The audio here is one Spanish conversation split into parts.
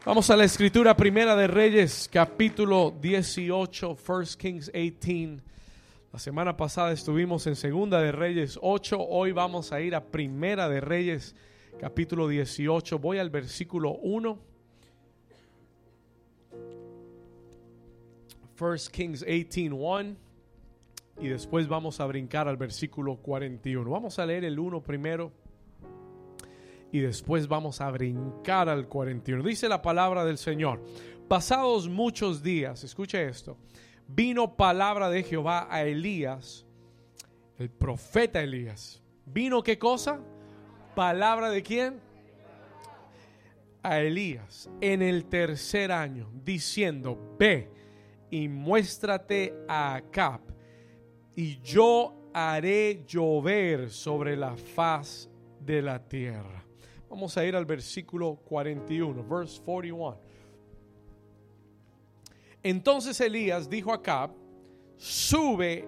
Vamos a la escritura primera de Reyes, capítulo 18, 1 Kings 18. La semana pasada estuvimos en segunda de Reyes 8. Hoy vamos a ir a primera de Reyes, capítulo 18. Voy al versículo 1. 1 Kings 18, 1. Y después vamos a brincar al versículo 41. Vamos a leer el 1 primero. Y después vamos a brincar al 41. Dice la palabra del Señor: pasados muchos días, escuche esto, vino palabra de Jehová a Elías, el profeta Elías. ¿Vino qué cosa? ¿Palabra de quién? A Elías en el tercer año, diciendo: ve y muéstrate a Acab, y yo haré llover sobre la faz de la tierra. Vamos a ir al versículo 41, verse 41. Entonces Elías dijo a Acab: sube,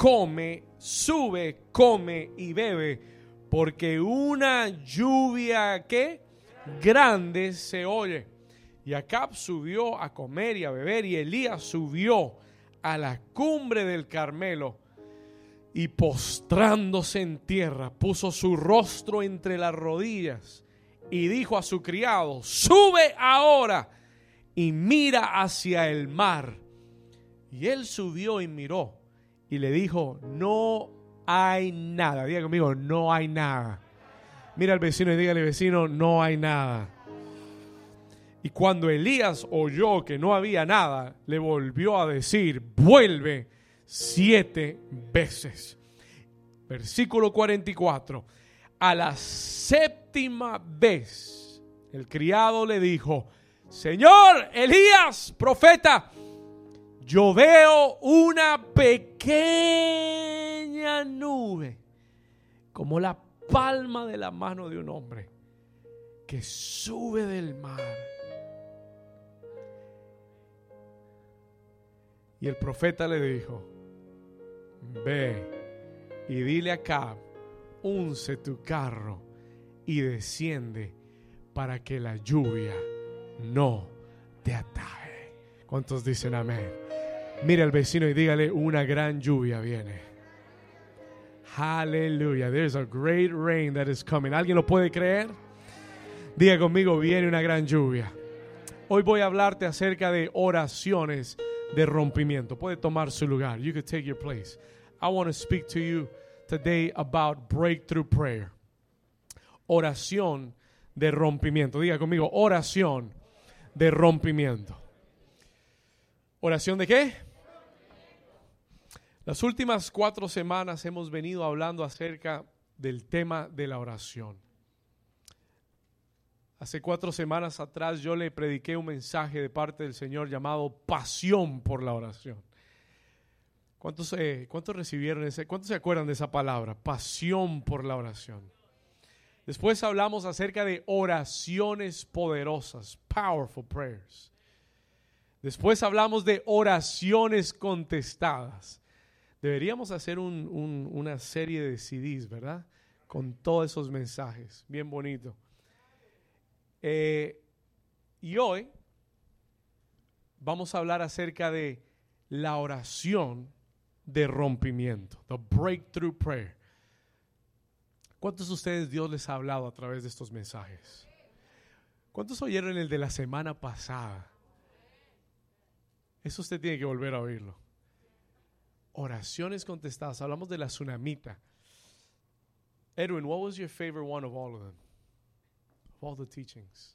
come y bebe, porque una lluvia ¿qué? Grande se oye. Y Acab subió a comer y a beber, y Elías subió a la cumbre del Carmelo, y postrándose en tierra, puso su rostro entre las rodillas, y dijo a su criado: sube ahora y mira hacia el mar. Y él subió y miró, y le dijo: no hay nada. Diga conmigo: no hay nada. Mira al vecino y dígale: vecino, no hay nada. Y cuando Elías oyó que no había nada, le volvió a decir: vuelve 7 veces. Versículo 44. A la séptima vez, el criado le dijo: Señor Elías, profeta, yo veo una pequeña nube, como la palma de la mano de un hombre, que sube del mar. Y el profeta le dijo: ve y dile a Acab: unce tu carro y desciende, para que la lluvia no te ataje. ¿Cuántos dicen amén? Mira al vecino y dígale: una gran lluvia viene. Aleluya. There's a great rain that is coming. ¿Alguien lo puede creer? Diga conmigo: viene una gran lluvia. Hoy voy a hablarte acerca de oraciones de rompimiento. Puede tomar su lugar. You can take your place. I want to speak to you today about breakthrough prayer. Oración de rompimiento. Diga conmigo: oración de rompimiento. ¿Oración de qué? Las últimas 4 semanas hemos venido hablando acerca del tema de la oración. Hace 4 semanas atrás yo le prediqué un mensaje de parte del Señor llamado pasión por la oración. ¿Cuántos recibieron ese? ¿Cuántos se acuerdan de esa palabra? Pasión por la oración. Después hablamos acerca de oraciones poderosas, powerful prayers. Después hablamos de oraciones contestadas. Deberíamos hacer una serie de CDs, ¿verdad? Con todos esos mensajes, bien bonito. Y hoy vamos a hablar acerca de la oración de rompimiento, the breakthrough prayer. ¿Cuántos de ustedes Dios les ha hablado a través de estos mensajes? ¿Cuántos oyeron el de la semana pasada? Eso usted tiene que volver a oírlo. Oraciones contestadas. Hablamos de la tsunamita. Edwin, what was your favorite one of all of them? Of all the teachings.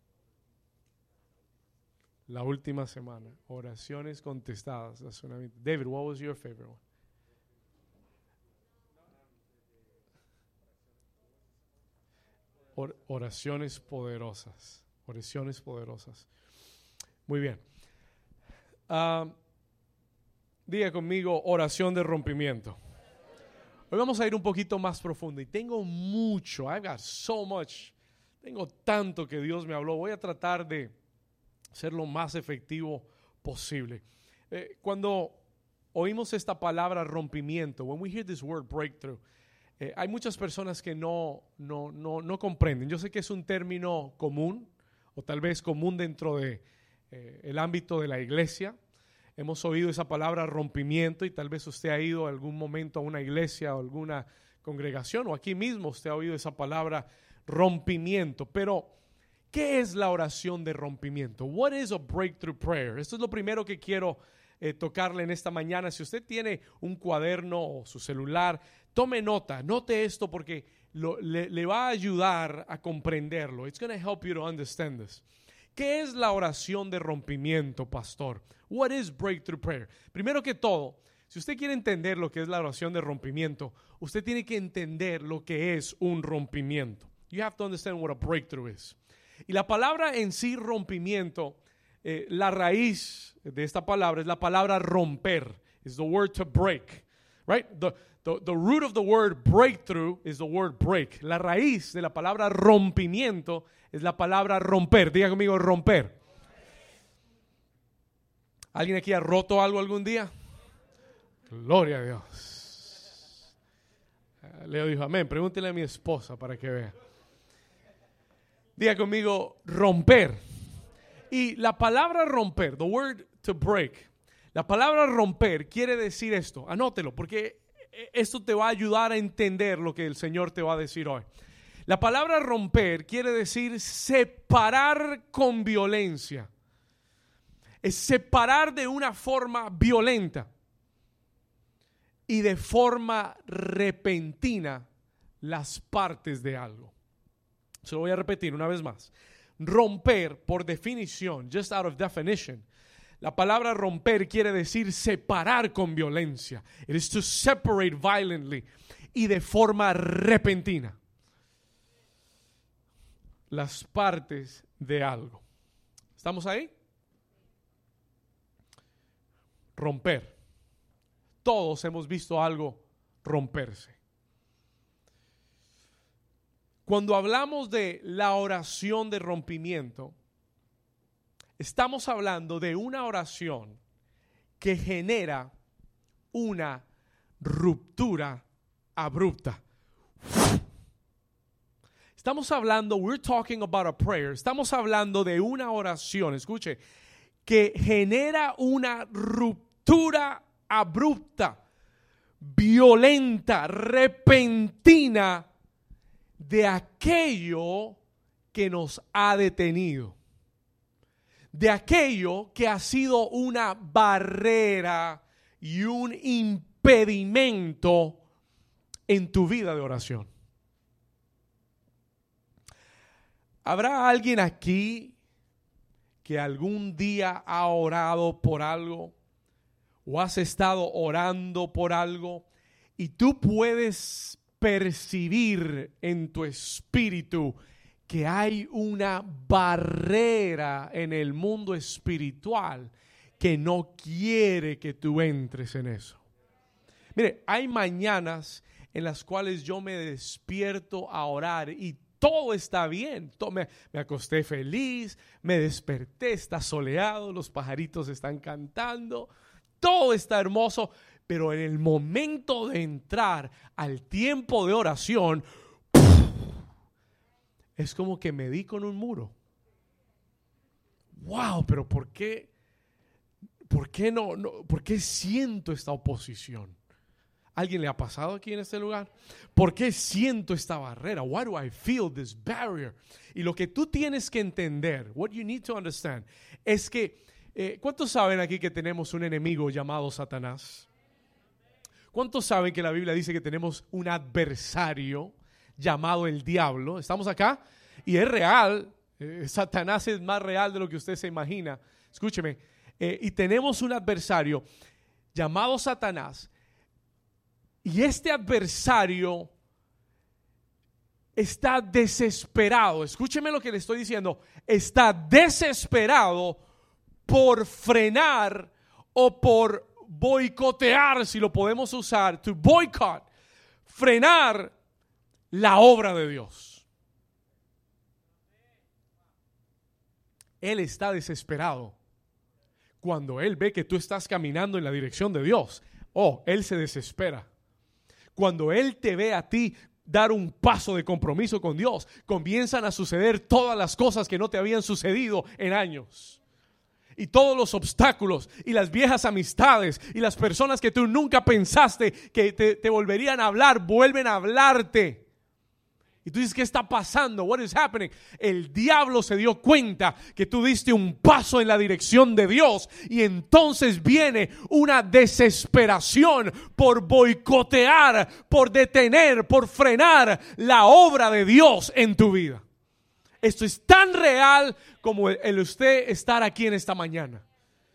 La última semana. Oraciones contestadas. La tsunamita. David, what was your favorite one? Oraciones poderosas. Oraciones poderosas. Muy bien. Diga conmigo: oración de rompimiento. Hoy vamos a ir un poquito más profundo. Y tengo mucho. I've got so much. Tengo tanto que Dios me habló. Voy a tratar de ser lo más efectivo posible. Cuando oímos esta palabra rompimiento, when we hear this word breakthrough, hay muchas personas que no comprenden. Yo sé que es un término común o tal vez común dentro de el ámbito de la iglesia. Hemos oído esa palabra rompimiento y tal vez usted ha ido algún momento a una iglesia o alguna congregación o aquí mismo usted ha oído esa palabra rompimiento. Pero, ¿qué es la oración de rompimiento? What is a breakthrough prayer? Esto es lo primero que quiero tocarle en esta mañana. Si usted tiene un cuaderno o su celular, tome nota, note esto porque le va a ayudar a comprenderlo. It's going to help you to understand this. ¿Qué es la oración de rompimiento, pastor? What is breakthrough prayer? Primero que todo, si usted quiere entender lo que es la oración de rompimiento, usted tiene que entender lo que es un rompimiento. You have to understand what a breakthrough is. Y la palabra en sí, rompimiento, la raíz de esta palabra es la palabra romper. Is the word to break, right? The root of the word breakthrough is the word break. La raíz de la palabra rompimiento es la palabra romper. Diga conmigo, romper. ¿Alguien aquí ha roto algo algún día? Gloria a Dios. Leo dijo amén. Pregúntele a mi esposa para que vea. Diga conmigo, romper. Y la palabra romper, the word to break, la palabra romper quiere decir esto. Anótelo porque esto te va a ayudar a entender lo que el Señor te va a decir hoy. La palabra romper quiere decir separar con violencia. Es separar de una forma violenta y de forma repentina las partes de algo. Se lo voy a repetir una vez más. Romper, por definición, just out of definition, la palabra romper quiere decir separar con violencia. It is to separate violently y de forma repentina las partes de algo. ¿Estamos ahí? Romper. Todos hemos visto algo romperse. Cuando hablamos de la oración de rompimiento, estamos hablando de una oración que genera una ruptura abrupta. Estamos hablando, we're talking about a prayer, estamos hablando de una oración, escuche, que genera una ruptura abrupta, violenta, repentina de aquello que nos ha detenido, de aquello que ha sido una barrera y un impedimento en tu vida de oración. ¿Habrá alguien aquí que algún día ha orado por algo o has estado orando por algo y tú puedes percibir en tu espíritu que hay una barrera en el mundo espiritual que no quiere que tú entres en eso? Mire, hay mañanas en las cuales yo me despierto a orar y todo está bien. Me acosté feliz, me desperté, está soleado, los pajaritos están cantando, todo está hermoso. Pero en el momento de entrar al tiempo de oración, es como que me di con un muro. Wow, pero ¿por qué no, por qué siento esta oposición? ¿Alguien le ha pasado aquí en este lugar? ¿Por qué siento esta barrera? Why do I feel this barrier? Y lo que tú tienes que entender, what you need to understand, es que, ¿cuántos saben aquí que tenemos un enemigo llamado Satanás? ¿Cuántos saben que la Biblia dice que tenemos un adversario llamado el diablo? ¿Estamos acá? Y es real. Satanás es más real de lo que usted se imagina. Escúcheme. Y tenemos un adversario llamado Satanás. Y este adversario está desesperado. Escúcheme lo que le estoy diciendo. Está desesperado por frenar o por boicotear, si lo podemos usar, to boycott, frenar la obra de Dios. Él está desesperado cuando él ve que tú estás caminando en la dirección de Dios. Él se desespera. Cuando él te ve a ti dar un paso de compromiso con Dios, comienzan a suceder todas las cosas que no te habían sucedido en años. Y todos los obstáculos y las viejas amistades y las personas que tú nunca pensaste que te volverían a hablar, vuelven a hablarte. Y tú dices, ¿qué está pasando? What is happening? El diablo se dio cuenta que tú diste un paso en la dirección de Dios, y entonces viene una desesperación por boicotear, por detener, por frenar la obra de Dios en tu vida. Esto es tan real como el usted estar aquí en esta mañana.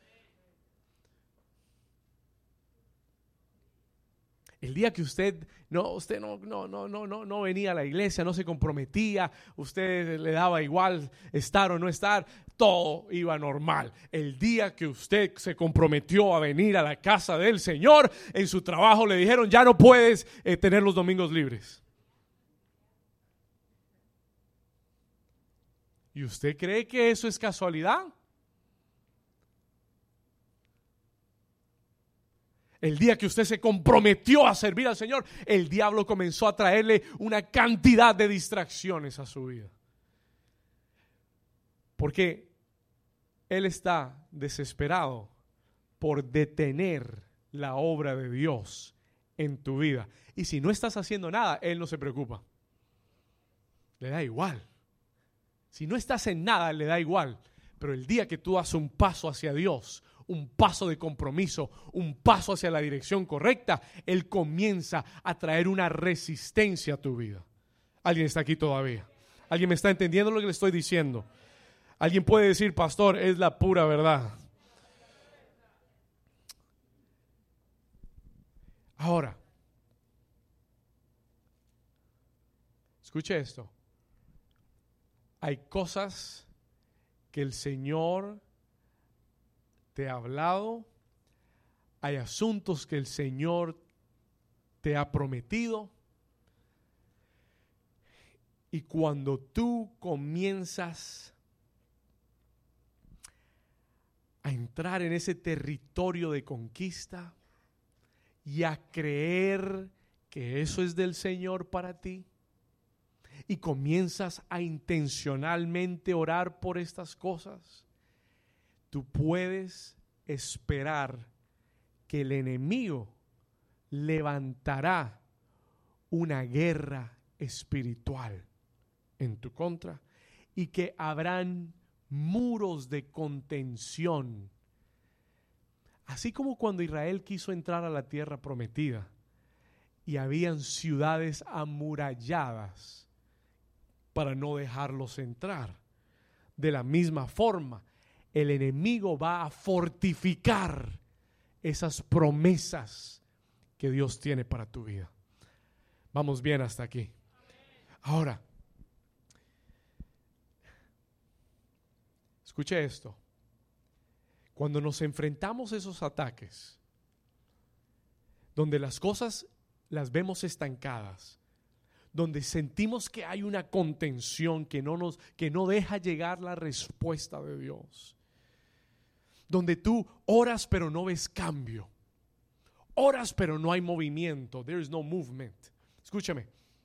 El día que usted no venía a la iglesia, no se comprometía, usted le daba igual estar o no estar, todo iba normal. El día que usted se comprometió a venir a la casa del Señor, en su trabajo le dijeron, ya no puedes tener los domingos libres. ¿Y usted cree que eso es casualidad? El día que usted se comprometió a servir al Señor, el diablo comenzó a traerle una cantidad de distracciones a su vida. Porque él está desesperado por detener la obra de Dios en tu vida. Y si no estás haciendo nada, él no se preocupa. Le da igual. Si no estás en nada, le da igual. Pero el día que tú das un paso hacia Dios, un paso de compromiso, un paso hacia la dirección correcta, Él comienza a traer una resistencia a tu vida. ¿Alguien está aquí todavía? ¿Alguien me está entendiendo lo que le estoy diciendo? Alguien puede decir, pastor, es la pura verdad. Ahora, escuche esto. Hay cosas que el Señor te ha hablado, hay asuntos que el Señor te ha prometido, y cuando tú comienzas a entrar en ese territorio de conquista y a creer que eso es del Señor para ti, y comienzas a intencionalmente orar por estas cosas, tú puedes esperar que el enemigo levantará una guerra espiritual en tu contra, y que habrán muros de contención. Así como cuando Israel quiso entrar a la tierra prometida y habían ciudades amuralladas para no dejarlos entrar. De la misma forma, el enemigo va a fortificar esas promesas que Dios tiene para tu vida. Vamos bien hasta aquí. Ahora, escuche esto. Cuando nos enfrentamos a esos ataques, donde las cosas las vemos estancadas, donde sentimos que hay una contención que no deja llegar la respuesta de Dios, donde tú oras pero no ves cambio, oras pero no hay movimiento, there is no movement. Escúchame,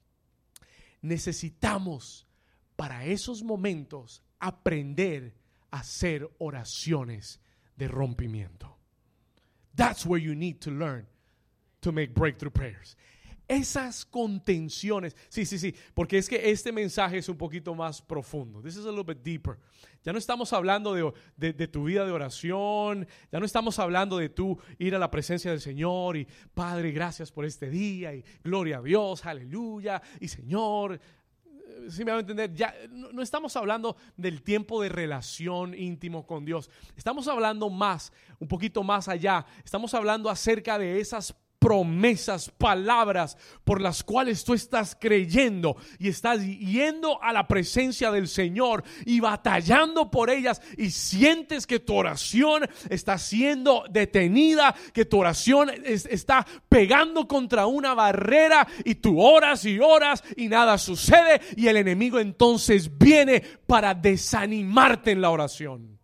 necesitamos para esos momentos aprender a hacer oraciones de rompimiento. That's where you need to learn to make breakthrough prayers. Esas contenciones, sí, porque es que este mensaje es un poquito más profundo. This is a little bit deeper. Ya no estamos hablando de tu vida de oración, ya no estamos hablando de tú ir a la presencia del Señor y Padre, gracias por este día y gloria a Dios, aleluya, y Señor, si me van a entender, ya no estamos hablando del tiempo de relación íntimo con Dios. Estamos hablando un poquito más allá. Estamos hablando acerca de esas promesas, palabras por las cuales tú estás creyendo y estás yendo a la presencia del Señor y batallando por ellas, y sientes que tu oración está siendo detenida, que tu oración está pegando contra una barrera, y tú oras y oras y nada sucede, y el enemigo entonces viene para desanimarte en la oración.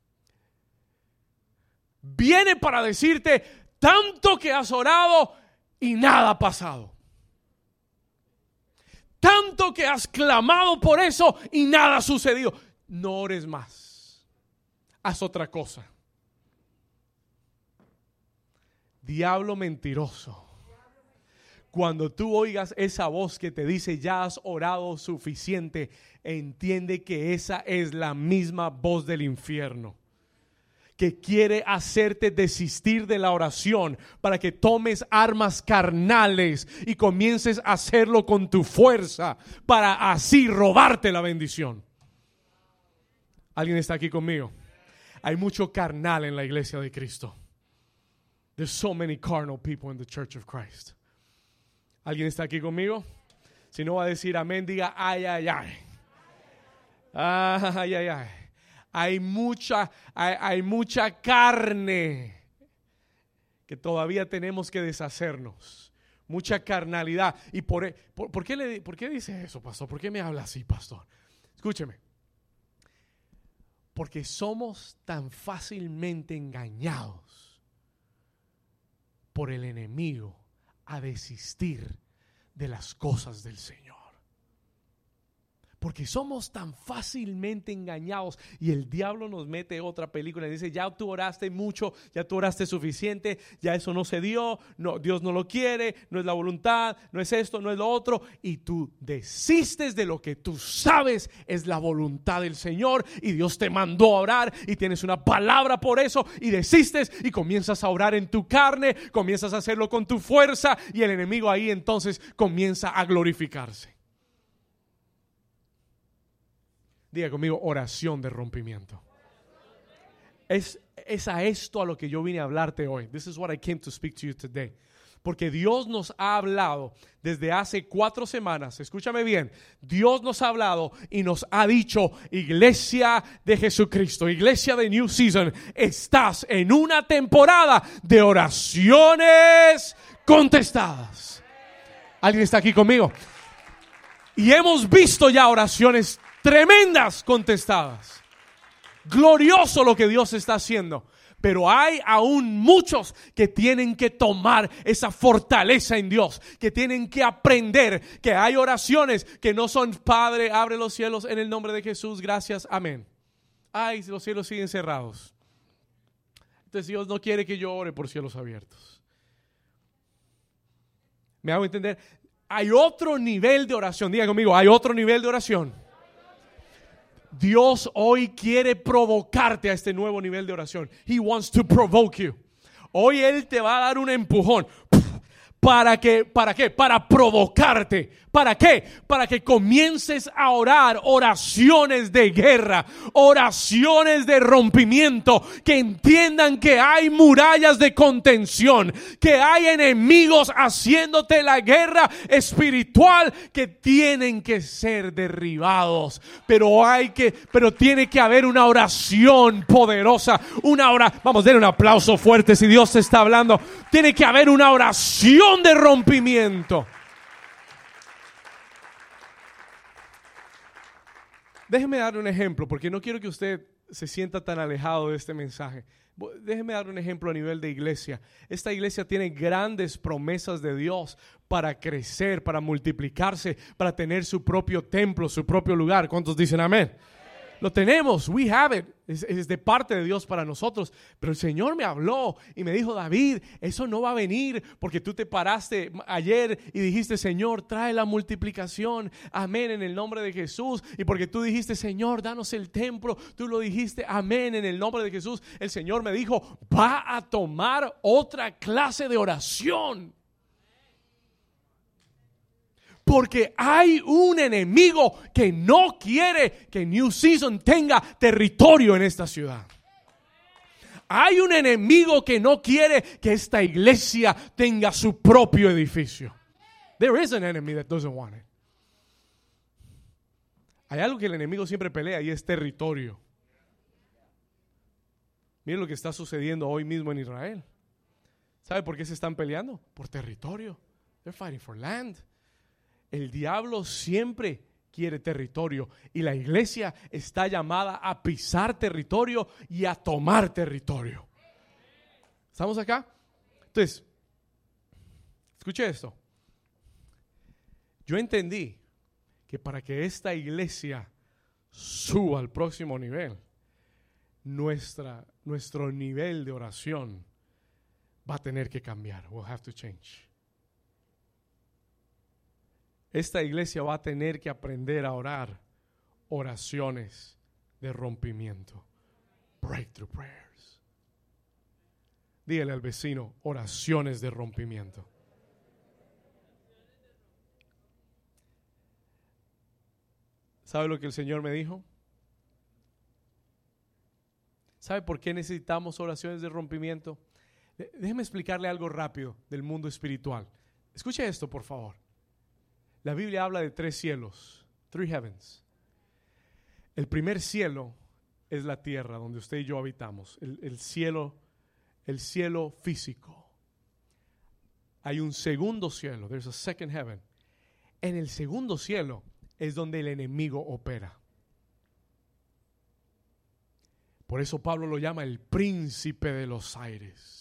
Viene para decirte, tanto que has orado, y nada ha pasado. Tanto que has clamado por eso y nada ha sucedido. No ores más. Haz otra cosa. Diablo mentiroso. Cuando tú oigas esa voz que te dice ya has orado suficiente, entiende que esa es la misma voz del infierno, que quiere hacerte desistir de la oración para que tomes armas carnales y comiences a hacerlo con tu fuerza para así robarte la bendición. ¿Alguien está aquí conmigo? Hay mucho carnal en la iglesia de Cristo. There's so many carnal people in the Church of Christ. ¿Alguien está aquí conmigo? Si no va a decir amén, diga ay, ay, ay. Ay, ay, ay. Hay mucha carne que todavía tenemos que deshacernos. Mucha carnalidad. ¿Y por qué dice eso, pastor? ¿Por qué me habla así, pastor? Escúcheme. Porque somos tan fácilmente engañados por el enemigo a desistir de las cosas del Señor. Porque somos tan fácilmente engañados y el diablo nos mete otra película y dice, ya tú oraste mucho, ya tú oraste suficiente, ya eso no se dio, no, Dios no lo quiere, no es la voluntad, no es esto, no es lo otro, y tú desistes de lo que tú sabes es la voluntad del Señor y Dios te mandó a orar y tienes una palabra por eso y desistes y comienzas a orar en tu carne, comienzas a hacerlo con tu fuerza y el enemigo ahí entonces comienza a glorificarse. Diga conmigo, oración de rompimiento. Es a esto a lo que yo vine a hablarte hoy. This is what I came to speak to you today. Porque Dios nos ha hablado desde hace 4 semanas. Escúchame bien. Dios nos ha hablado y nos ha dicho, iglesia de Jesucristo, iglesia de New Season, estás en una temporada de oraciones contestadas. ¿Alguien está aquí conmigo? Y hemos visto ya oraciones tremendas contestadas. Glorioso lo que Dios está haciendo. Pero hay aún muchos que tienen que tomar esa fortaleza en Dios, que tienen que aprender que hay oraciones que no son Padre, abre los cielos en el nombre de Jesús, gracias, amén. Ay, los cielos siguen cerrados. Entonces Dios no quiere que yo ore por cielos abiertos. ¿Me hago entender? Hay otro nivel de oración. Diga conmigo, hay otro nivel de oración. Dios hoy quiere provocarte a este nuevo nivel de oración. He wants to provoke you. Hoy Él te va a dar un empujón. ¿Para qué? Para provocarte. ¿Para qué? Para que comiences a orar oraciones de guerra, oraciones de rompimiento, que entiendan que hay murallas de contención, que hay enemigos haciéndote la guerra espiritual que tienen que ser derribados. Pero tiene que haber una oración poderosa, vamos, denle un aplauso fuerte si Dios te está hablando. Tiene que haber una oración de rompimiento. Déjeme dar un ejemplo, porque no quiero que usted se sienta tan alejado de este mensaje. Déjeme dar un ejemplo a nivel de iglesia. Esta iglesia tiene grandes promesas de Dios para crecer, para multiplicarse, para tener su propio templo, su propio lugar. ¿Cuántos dicen amén? Lo tenemos, we have it. Es de parte de Dios para nosotros. Pero el Señor me habló y me dijo, David, eso no va a venir porque tú te paraste ayer y dijiste, Señor, trae la multiplicación, amén, en el nombre de Jesús. Y porque tú dijiste, Señor, danos el templo, tú lo dijiste, amén, en el nombre de Jesús. El Señor me dijo, va a tomar otra clase de oración. Porque hay un enemigo que no quiere que New Season tenga territorio en esta ciudad. Hay un enemigo que no quiere que esta iglesia tenga su propio edificio. There is an enemy that doesn't want it. Hay algo que el enemigo siempre pelea y es territorio. Miren lo que está sucediendo hoy mismo en Israel. ¿Sabe por qué se están peleando? Por territorio. They're fighting for land. El diablo siempre quiere territorio y la iglesia está llamada a pisar territorio y a tomar territorio. ¿Estamos acá? Entonces, Escuche esto. Yo entendí que para que esta iglesia suba al próximo nivel, nuestro nivel de oración va a tener que cambiar. We'll have to change. Esta iglesia va a tener que aprender a orar oraciones de rompimiento. Breakthrough prayers. Dígale al vecino, oraciones de rompimiento. ¿Sabe lo que el Señor me dijo? ¿Sabe por qué necesitamos oraciones de rompimiento? Déjeme explicarle algo rápido del mundo espiritual. Escuche esto, por favor. La Biblia habla de 3 cielos, 3 heavens. El primer cielo es la tierra donde usted y yo habitamos, el cielo físico. Hay un segundo cielo, there's a second heaven. En el segundo cielo es donde el enemigo opera. Por eso Pablo lo llama el príncipe de los aires.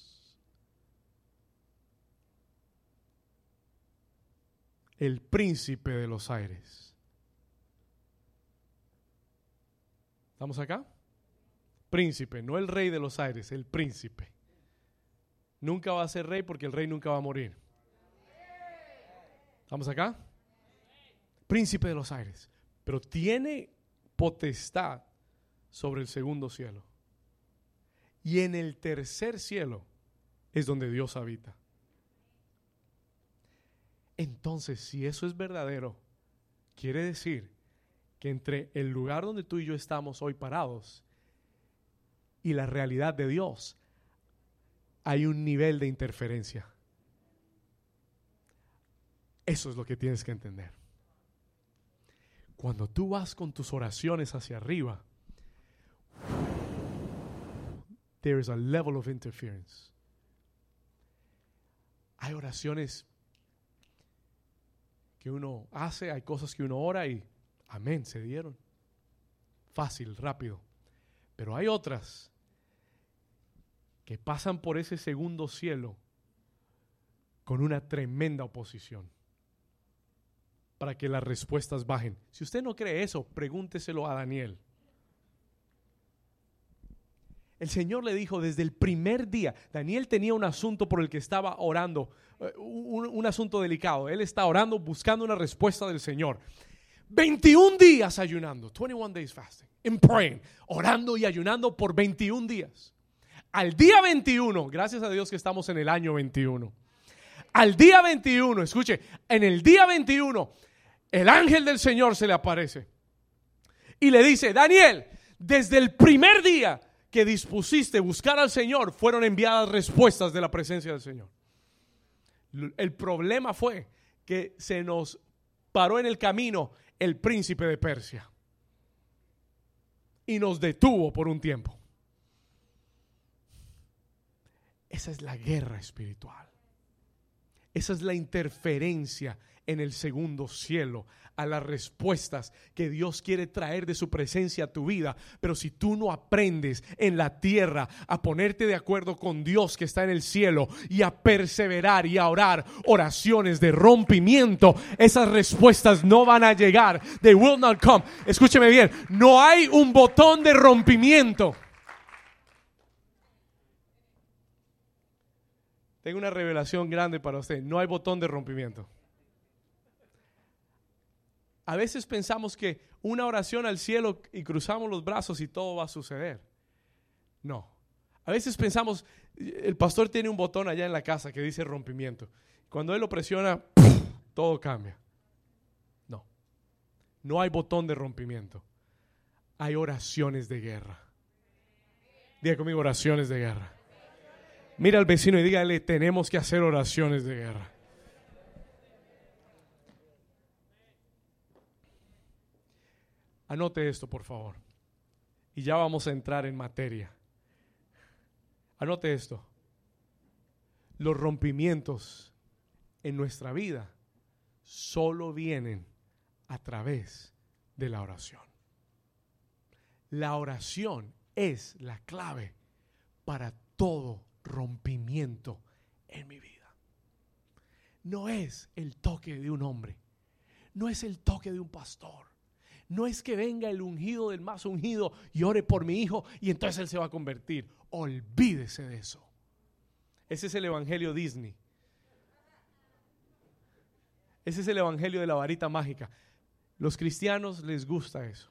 El príncipe de los aires. ¿Estamos acá? Príncipe, no el rey de los aires, el príncipe. Nunca va a ser rey porque el rey nunca va a morir. ¿Estamos acá? Príncipe de los aires. Pero tiene potestad sobre el segundo cielo. Y en el tercer cielo es donde Dios habita. Entonces, si eso es verdadero, quiere decir que entre el lugar donde tú y yo estamos hoy parados y la realidad de Dios hay un nivel de interferencia. Eso es lo que tienes que entender. Cuando tú vas con tus oraciones hacia arriba, there is a level of interference. Hay oraciones que uno hace, hay cosas que uno ora y amén, se dieron. Fácil, rápido. Pero hay otras que pasan por ese segundo cielo con una tremenda oposición para que las respuestas bajen. Si usted no cree eso, pregúnteselo a Daniel. El Señor le dijo desde el primer día, Daniel tenía un asunto por el que estaba orando, un asunto delicado. Él está orando, buscando una respuesta del Señor. 21 días ayunando, 21 days fasting, and praying, orando y ayunando por 21 días. Al día 21, gracias a Dios que estamos en el año 21. Al día 21, escuche, en el día 21, el ángel del Señor se le aparece y le dice, Daniel, desde el primer día que dispusiste buscar al Señor, fueron enviadas respuestas de la presencia del Señor. El problema fue que se nos paró en el camino el príncipe de Persia y nos detuvo por un tiempo. Esa es la guerra espiritual. Esa es la interferencia en el segundo cielo a las respuestas que Dios quiere traer de su presencia a tu vida. Pero si tú no aprendes en la tierra a ponerte de acuerdo con Dios que está en el cielo y a perseverar y a orar oraciones de rompimiento, esas respuestas no van a llegar. They will not come. Escúcheme bien, no hay un botón de rompimiento. Tengo una revelación grande para usted. No hay botón de rompimiento. A veces pensamos que una oración al cielo y cruzamos los brazos y todo va a suceder. No. A veces pensamos, el pastor tiene un botón allá en la casa que dice rompimiento. Cuando él lo presiona, todo cambia. No. No hay botón de rompimiento. Hay oraciones de guerra. Diga conmigo, oraciones de guerra. Mira al vecino y dígale, tenemos que hacer oraciones de guerra. Anote esto, por favor. Y ya vamos a entrar en materia. Anote esto. Los rompimientos en nuestra vida solo vienen a través de la oración. La oración es la clave para todo rompimiento en mi vida. no es el toque de un hombre, no es el toque de un pastor, no es que venga el ungido del más ungido y ore por mi hijo y entonces él se va a convertir. Olvídese de eso. Ese es el evangelio Disney. Ese es el evangelio de la varita mágica. Los cristianos les gusta eso.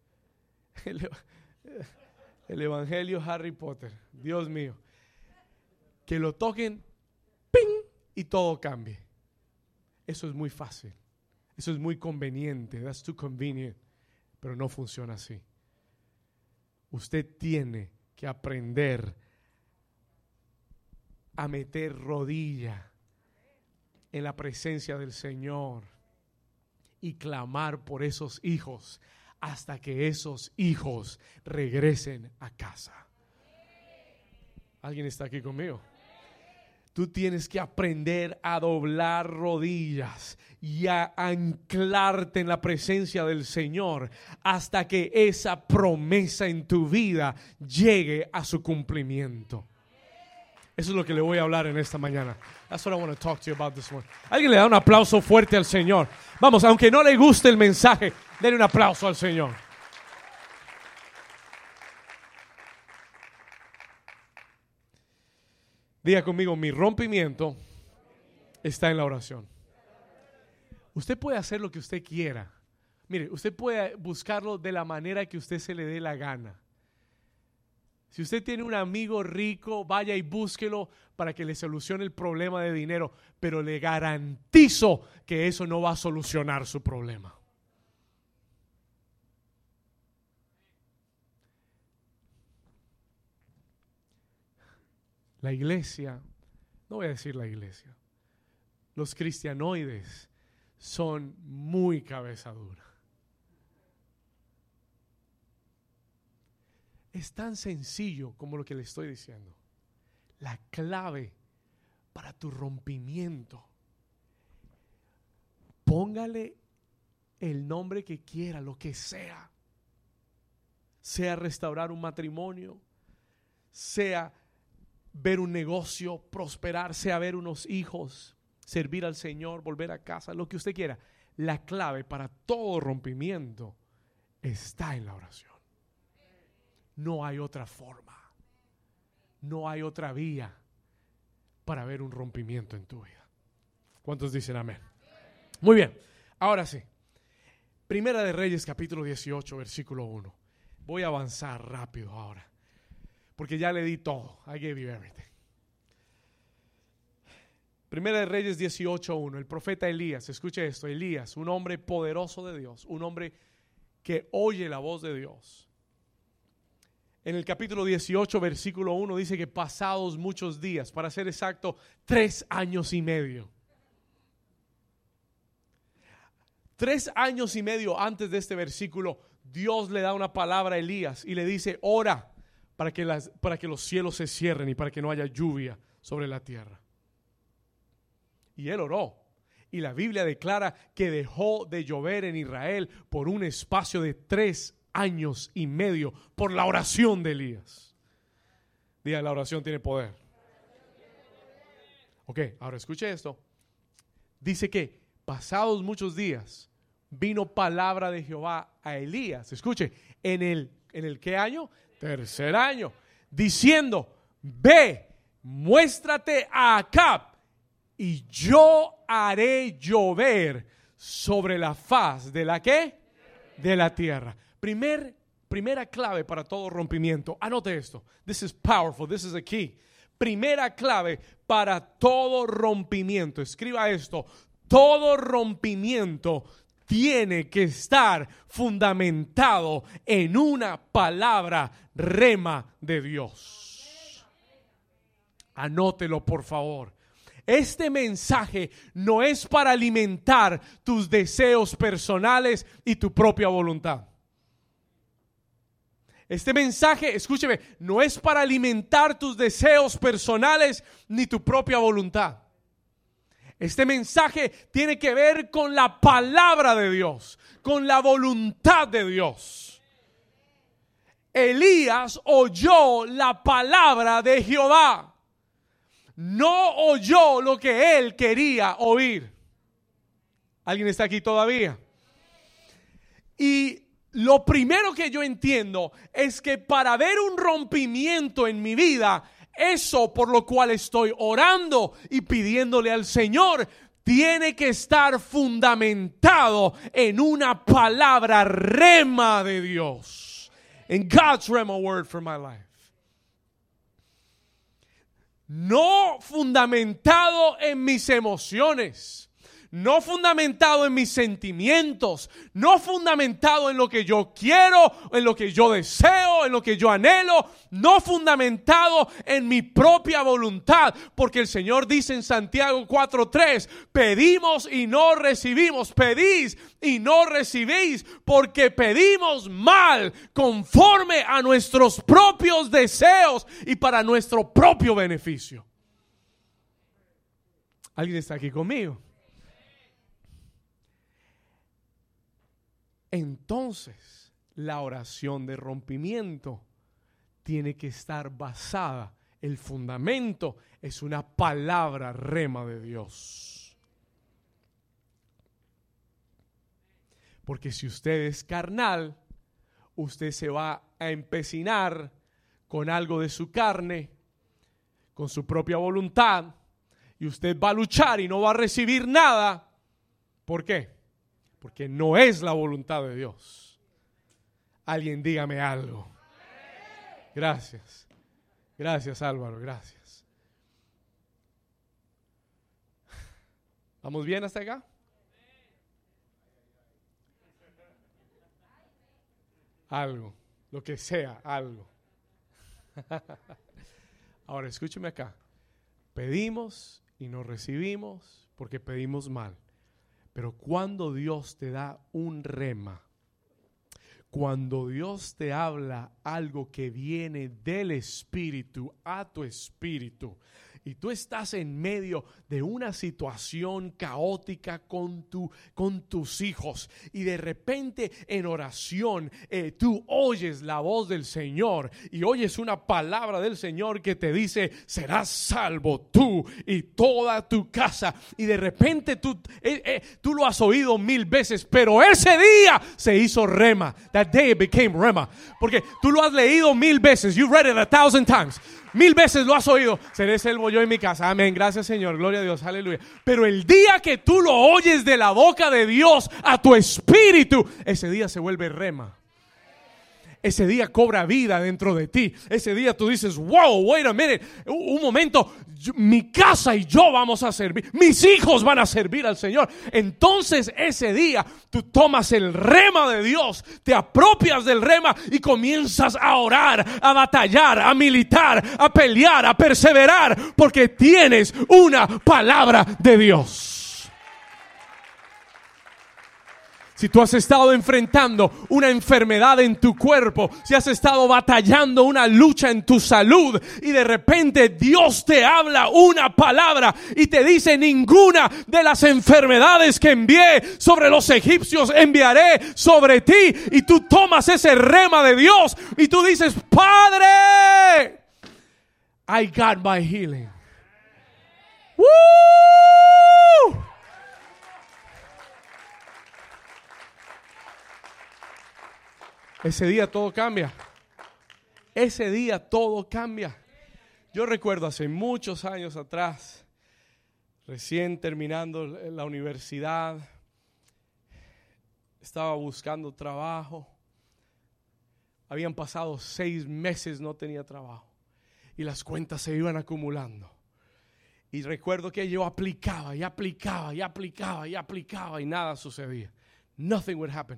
El evangelio Harry Potter. Dios mío. Que lo toquen, ¡ping! Y todo cambie. Eso es muy fácil. Eso es muy conveniente. That's too convenient. Pero no funciona así. Usted tiene que aprender a meter rodilla en la presencia del Señor y clamar por esos hijos hasta que esos hijos regresen a casa. ¿Alguien está aquí conmigo? Tú tienes que aprender a doblar rodillas y a anclarte en la presencia del Señor hasta que esa promesa en tu vida llegue a su cumplimiento. Eso es lo que le voy a hablar en esta mañana. That's what I want to talk to you about this morning. Alguien le da un aplauso fuerte al Señor. Vamos, aunque no le guste el mensaje, denle un aplauso al Señor. Diga conmigo, mi rompimiento está en la oración. Usted puede hacer lo que usted quiera. Mire, usted puede buscarlo de la manera que usted se le dé la gana. Si usted tiene un amigo rico, vaya y búsquelo para que le solucione el problema de dinero. Pero le garantizo que eso no va a solucionar su problema. La iglesia, no voy a decir la iglesia, los cristianoides son muy cabeza dura. Es tan sencillo como lo que le estoy diciendo. La clave para tu rompimiento, póngale el nombre que quiera, lo que sea. Sea restaurar un matrimonio, sea ver un negocio prosperar, sea ver unos hijos, servir al Señor, volver a casa, lo que usted quiera. La clave para todo rompimiento está en la oración. No hay otra forma, no hay otra vía para ver un rompimiento en tu vida. ¿Cuántos dicen amén? Muy bien, ahora sí. Primera de Reyes, capítulo 18, versículo 1. Voy a avanzar rápido ahora, porque ya le di todo. I gave you everything. Primera de Reyes 18:1. El profeta Elías, escuche esto, Elías, un hombre poderoso de Dios, un hombre que oye la voz de Dios. En el capítulo 18, versículo 1 dice que pasados muchos días, para ser exacto, 3 años y medio. 3 años y medio antes de este versículo, Dios le da una palabra a Elías y le dice, ora para que los cielos se cierren y para que no haya lluvia sobre la tierra. Y él oró. Y la Biblia declara que dejó de llover en Israel por un espacio de 3 años y medio por la oración de Elías. Diga, la oración tiene poder. Ok, ahora escuche esto. Dice que pasados muchos días vino palabra de Jehová a Elías. Escuche, ¿en el qué año? 3er año. Diciendo, ve, muéstrate a Acab y yo haré llover sobre la faz de la ¿qué? De la tierra. Primera clave para todo rompimiento. Anote esto. This is powerful. This is a key. Primera clave para todo rompimiento. Escriba esto. Todo rompimiento tiene que estar fundamentado en una palabra rema de Dios. Anótelo, por favor. Este mensaje no es para alimentar tus deseos personales y tu propia voluntad. Este mensaje, escúcheme, no es para alimentar tus deseos personales ni tu propia voluntad. Este mensaje tiene que ver con la palabra de Dios, con la voluntad de Dios. Elías oyó la palabra de Jehová. no oyó lo que él quería oír. ¿Alguien está aquí todavía? Y lo primero que yo entiendo es que para ver un rompimiento en mi vida, eso por lo cual estoy orando y pidiéndole al Señor, tiene que estar fundamentado en una palabra rema de Dios. In God's rema word for my life. No fundamentado en mis emociones, no fundamentado en mis sentimientos, no fundamentado en lo que yo quiero, en lo que yo deseo, en lo que yo anhelo, no fundamentado en mi propia voluntad, porque el Señor dice en Santiago 4:3, pedimos y no recibimos, pedís y no recibís, porque pedimos mal, conforme a nuestros propios deseos y para nuestro propio beneficio. ¿Alguien está aquí conmigo? Entonces, la oración de rompimiento tiene que estar basada, el fundamento es una palabra rema de Dios. Porque si usted es carnal, usted se va a empecinar con algo de su carne, con su propia voluntad, y usted va a luchar y no va a recibir nada. ¿Por qué? Porque no es la voluntad de Dios. Alguien dígame algo. Gracias. Gracias, Álvaro, gracias. ¿Vamos bien hasta acá? Algo, lo que sea, algo. Ahora escúcheme acá. Pedimos y no recibimos porque pedimos mal. Pero cuando Dios te da un rema, cuando Dios te habla algo que viene del Espíritu a tu espíritu, y tú estás en medio de una situación caótica con tus hijos, y de repente en oración tú oyes la voz del Señor y oyes una palabra del Señor que te dice: serás salvo tú y toda tu casa, y de repente tú lo has oído 1000 veces, pero ese día se hizo rema. That day it became rema, porque tú lo has leído 1000 veces. You read it 1,000 times. 1000 veces lo has oído. Seré salvo yo en mi casa. Amén. Gracias, Señor. Gloria a Dios. Aleluya. Pero el día que tú lo oyes de la boca de Dios a tu espíritu, ese día se vuelve rema. Ese día cobra vida dentro de ti. Ese día tú dices: wow, wait a minute, un momento, mi casa y yo vamos a servir, mis hijos van a servir al Señor. Entonces ese día tú tomas el rema de Dios, te apropias del rema y comienzas a orar, a batallar, a militar, a pelear, a perseverar, porque tienes una palabra de Dios. Si tú has estado enfrentando una enfermedad en tu cuerpo, si has estado batallando una lucha en tu salud y de repente Dios te habla una palabra y te dice: ninguna de las enfermedades que envié sobre los egipcios enviaré sobre ti, y tú tomas ese rema de Dios y tú dices: Padre, I got my healing. ¡Woo! Ese día todo cambia. Ese día todo cambia. Yo recuerdo hace muchos años atrás, recién terminando la universidad, estaba buscando trabajo. Habían pasado 6 meses, no tenía trabajo. Y las cuentas se iban acumulando. Y recuerdo que yo aplicaba y aplicaba y aplicaba y aplicaba y nada sucedía. Nothing would happen.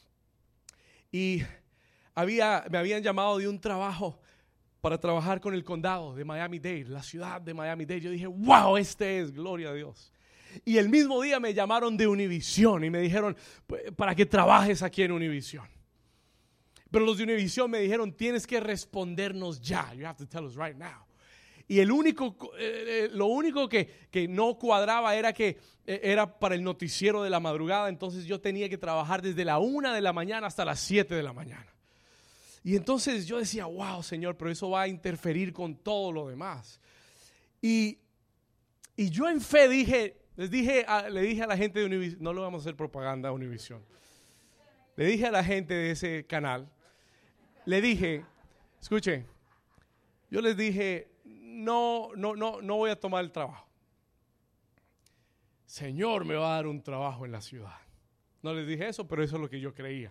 Y me habían llamado de un trabajo para trabajar con el condado de Miami-Dade, la ciudad de Miami-Dade. Yo dije: wow, este es, gloria a Dios. Y el mismo día me llamaron de Univision y me dijeron: para que trabajes aquí en Univision. Pero los de Univision me dijeron: tienes que respondernos ya. You have to tell us right now. Y lo único que no cuadraba era que era para el noticiero de la madrugada. Entonces yo tenía que trabajar desde la 1 de la mañana hasta las 7 de la mañana. Y entonces yo decía: wow, Señor, pero eso va a interferir con todo lo demás. Y yo en fe le dije a la gente de Univision, no le vamos a hacer propaganda a Univision. Le dije a la gente de ese canal, le dije, escuche, yo les dije, no voy a tomar el trabajo. Señor me va a dar un trabajo en la ciudad. No les dije eso, pero eso es lo que yo creía.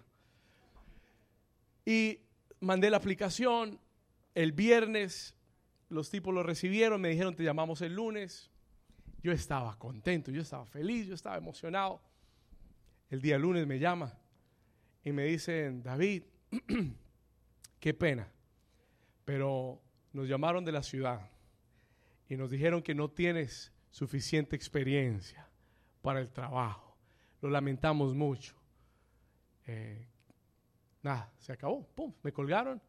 Y mandé la aplicación el viernes, los tipos lo recibieron, me dijeron te llamamos el lunes. Yo estaba contento, yo estaba feliz, yo estaba emocionado. El día lunes me llama y me dicen, David, qué pena, pero nos llamaron de la ciudad y nos dijeron que no tienes suficiente experiencia para el trabajo. Lo lamentamos mucho. Nada, se acabó. Pum, me colgaron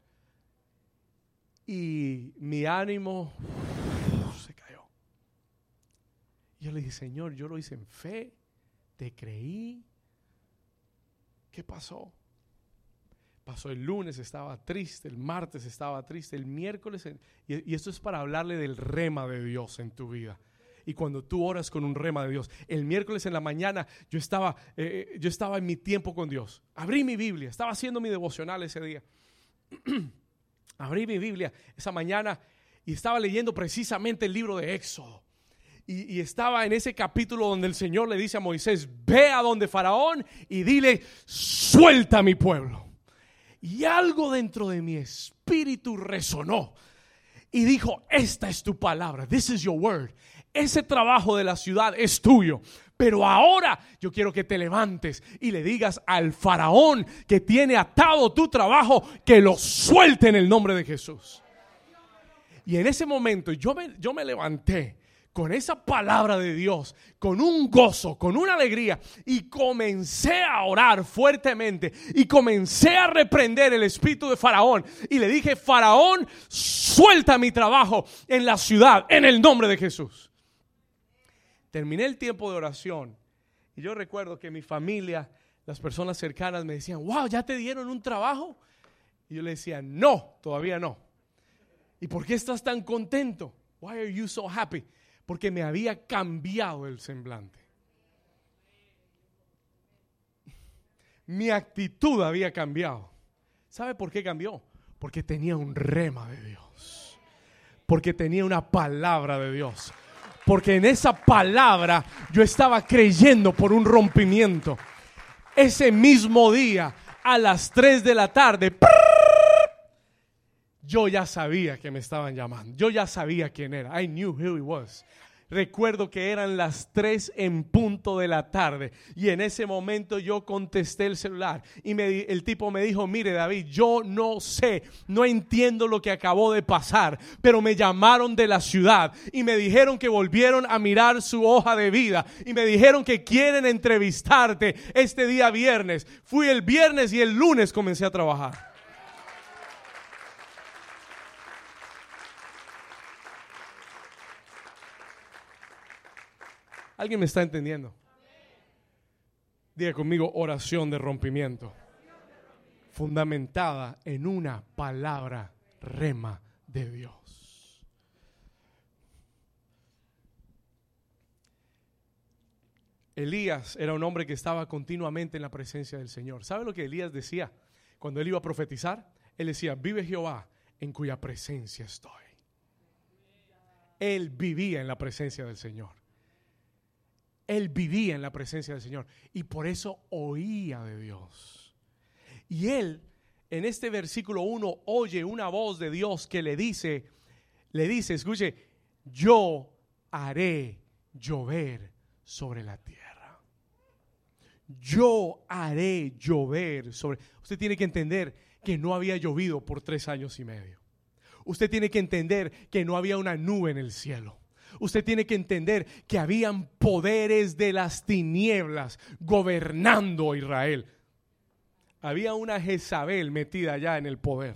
y mi ánimo se cayó. Y yo le dije, Señor, yo lo hice en fe, te creí. ¿Qué pasó? Pasó el lunes, estaba triste, el martes estaba triste, el miércoles, y esto es para hablarle del rema de Dios en tu vida. Y cuando tú oras con un rema de Dios, el miércoles en la mañana yo estaba en mi tiempo con Dios. Abrí mi Biblia, estaba haciendo mi devocional ese día. Abrí mi Biblia esa mañana y estaba leyendo precisamente el libro de Éxodo. Y estaba en ese capítulo donde el Señor le dice a Moisés, ve a donde Faraón y dile, suelta a mi pueblo. Y algo dentro de mi espíritu resonó y dijo, esta es tu palabra, this is your word. Ese trabajo de la ciudad es tuyo, pero ahora yo quiero que te levantes y le digas al faraón que tiene atado tu trabajo que lo suelte en el nombre de Jesús. Y en ese momento yo me levanté con esa palabra de Dios, con un gozo, con una alegría, y comencé a orar fuertemente y comencé a reprender el espíritu de Faraón y le dije, Faraón, suelta mi trabajo en la ciudad en el nombre de Jesús. Terminé el tiempo de oración y yo recuerdo que mi familia, las personas cercanas me decían, wow, ¿ya te dieron un trabajo? Y yo le decía, no, todavía no. ¿Y por qué estás tan contento? Why are you so happy? Porque me había cambiado el semblante. Mi actitud había cambiado. ¿Sabe por qué cambió? Porque tenía un rema de Dios. Porque tenía una palabra de Dios. Porque en esa palabra yo estaba creyendo por un rompimiento. Ese mismo día, a las 3 de la tarde, yo ya sabía que me estaban llamando. Yo ya sabía quién era. I knew who he was. Recuerdo que eran las 3 en punto de la tarde y en ese momento yo contesté el celular y el tipo me dijo, mire David, yo no sé, no entiendo lo que acabó de pasar, pero me llamaron de la ciudad y me dijeron que volvieron a mirar su hoja de vida y me dijeron que quieren entrevistarte este día viernes. Fui el viernes y el lunes comencé a trabajar. ¿Alguien me está entendiendo? Diga conmigo, oración de rompimiento. Fundamentada en una palabra rema de Dios. Elías era un hombre que estaba continuamente en la presencia del Señor. ¿Sabe lo que Elías decía? Cuando él iba a profetizar, él decía, vive Jehová en cuya presencia estoy. Él vivía en la presencia del Señor. Él vivía en la presencia del Señor y por eso oía de Dios. Y él, en este versículo 1, oye una voz de Dios que le dice, escuche, yo haré llover sobre la tierra. Yo haré llover sobre. Usted tiene que entender que no había llovido por 3 años y medio. Usted tiene que entender que no había una nube en el cielo. Usted tiene que entender que habían poderes de las tinieblas gobernando Israel. Había una Jezabel metida allá en el poder.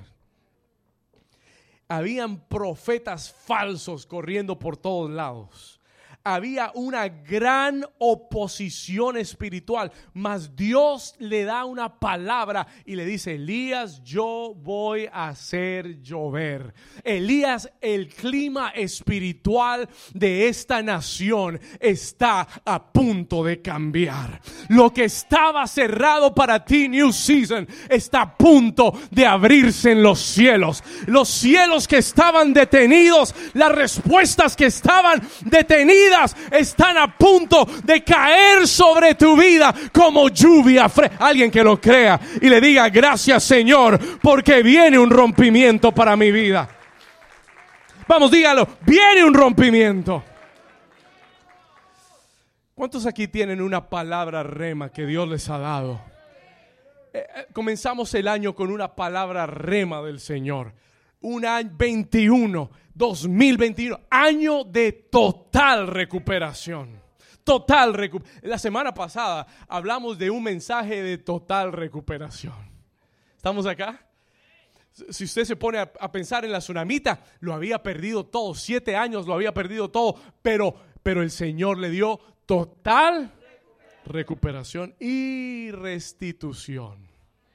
Habían profetas falsos corriendo por todos lados. Había una gran oposición espiritual, mas Dios le da una palabra y le dice: Elías, yo voy a hacer llover. Elías, el clima espiritual de esta nación está a punto de cambiar. Lo que estaba cerrado para ti, New Season, está a punto de abrirse en los cielos. Los cielos que estaban detenidos, las respuestas que estaban detenidas, están a punto de caer sobre tu vida como lluvia. Alguien que lo crea y le diga: gracias, Señor, porque viene un rompimiento para mi vida. Vamos, dígalo, viene un rompimiento. ¿Cuántos aquí tienen una palabra rema que Dios les ha dado? Comenzamos el año con una palabra rema del Señor. Un año 2021, año de total recuperación. La semana pasada hablamos de un mensaje de total recuperación. ¿Estamos acá? Si usted se pone a pensar en la tsunamita, lo había perdido todo, 7 años lo había perdido todo, pero el Señor le dio total recuperación y restitución.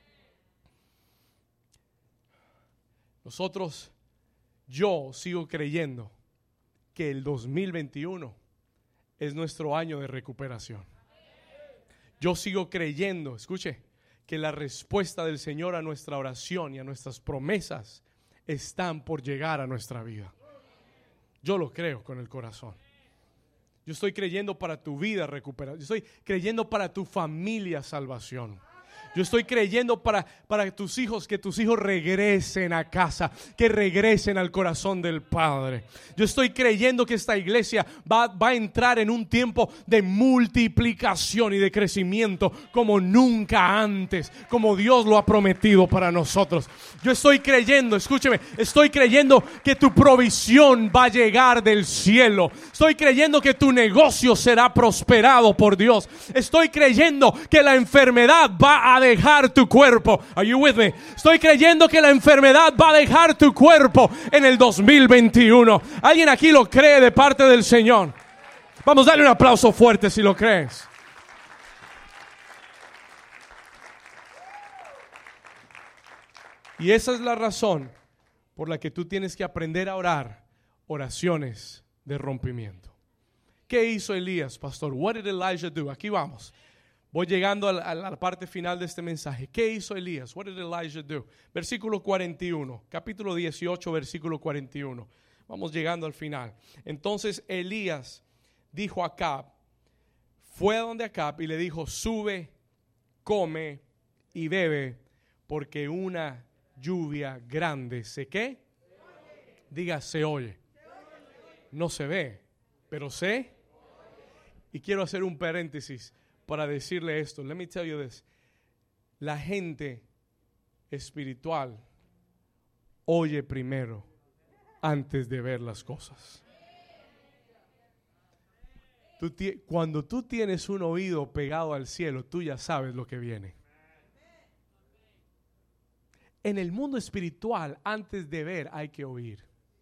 Yo sigo creyendo que el 2021 es nuestro año de recuperación. Yo sigo creyendo, escuche, que la respuesta del Señor a nuestra oración y a nuestras promesas están por llegar a nuestra vida. Yo lo creo con el corazón. Yo estoy creyendo para tu vida recuperación. Yo estoy creyendo para tu familia salvación. Yo estoy creyendo para tus hijos, que tus hijos regresen a casa, que regresen al corazón del Padre. Yo estoy creyendo que esta iglesia va a entrar en un tiempo de multiplicación y de crecimiento como nunca antes, como Dios lo ha prometido para nosotros. Yo estoy creyendo, escúcheme, estoy creyendo que tu provisión va a llegar del cielo. Estoy creyendo que tu negocio será prosperado por Dios. Estoy creyendo que la enfermedad va a dejar tu cuerpo. Are you with me? Estoy creyendo que la enfermedad va a dejar tu cuerpo en el 2021. ¿Alguien aquí lo cree de parte del Señor? Vamos, dale un aplauso fuerte si lo crees. Y esa es la razón por la que tú tienes que aprender a orar oraciones de rompimiento. ¿Qué hizo Elías, pastor? What did Elijah do? Aquí vamos. Voy llegando a la parte final de este mensaje. ¿Qué hizo Elías? What did Elijah do? Versículo 41, capítulo 18, versículo 41. Vamos llegando al final. Entonces Elías dijo a Acab, fue a donde Acab y le dijo: sube, come y bebe, porque una lluvia grande ¿qué? Diga, se oye. No se ve, pero se. Y quiero hacer un paréntesis para decirle esto. Let me tell you this. La gente espiritual oye primero antes de ver las cosas. Cuando tú tienes un oído pegado al cielo, tú ya sabes lo que viene. En el mundo espiritual, antes de ver, hay que oír.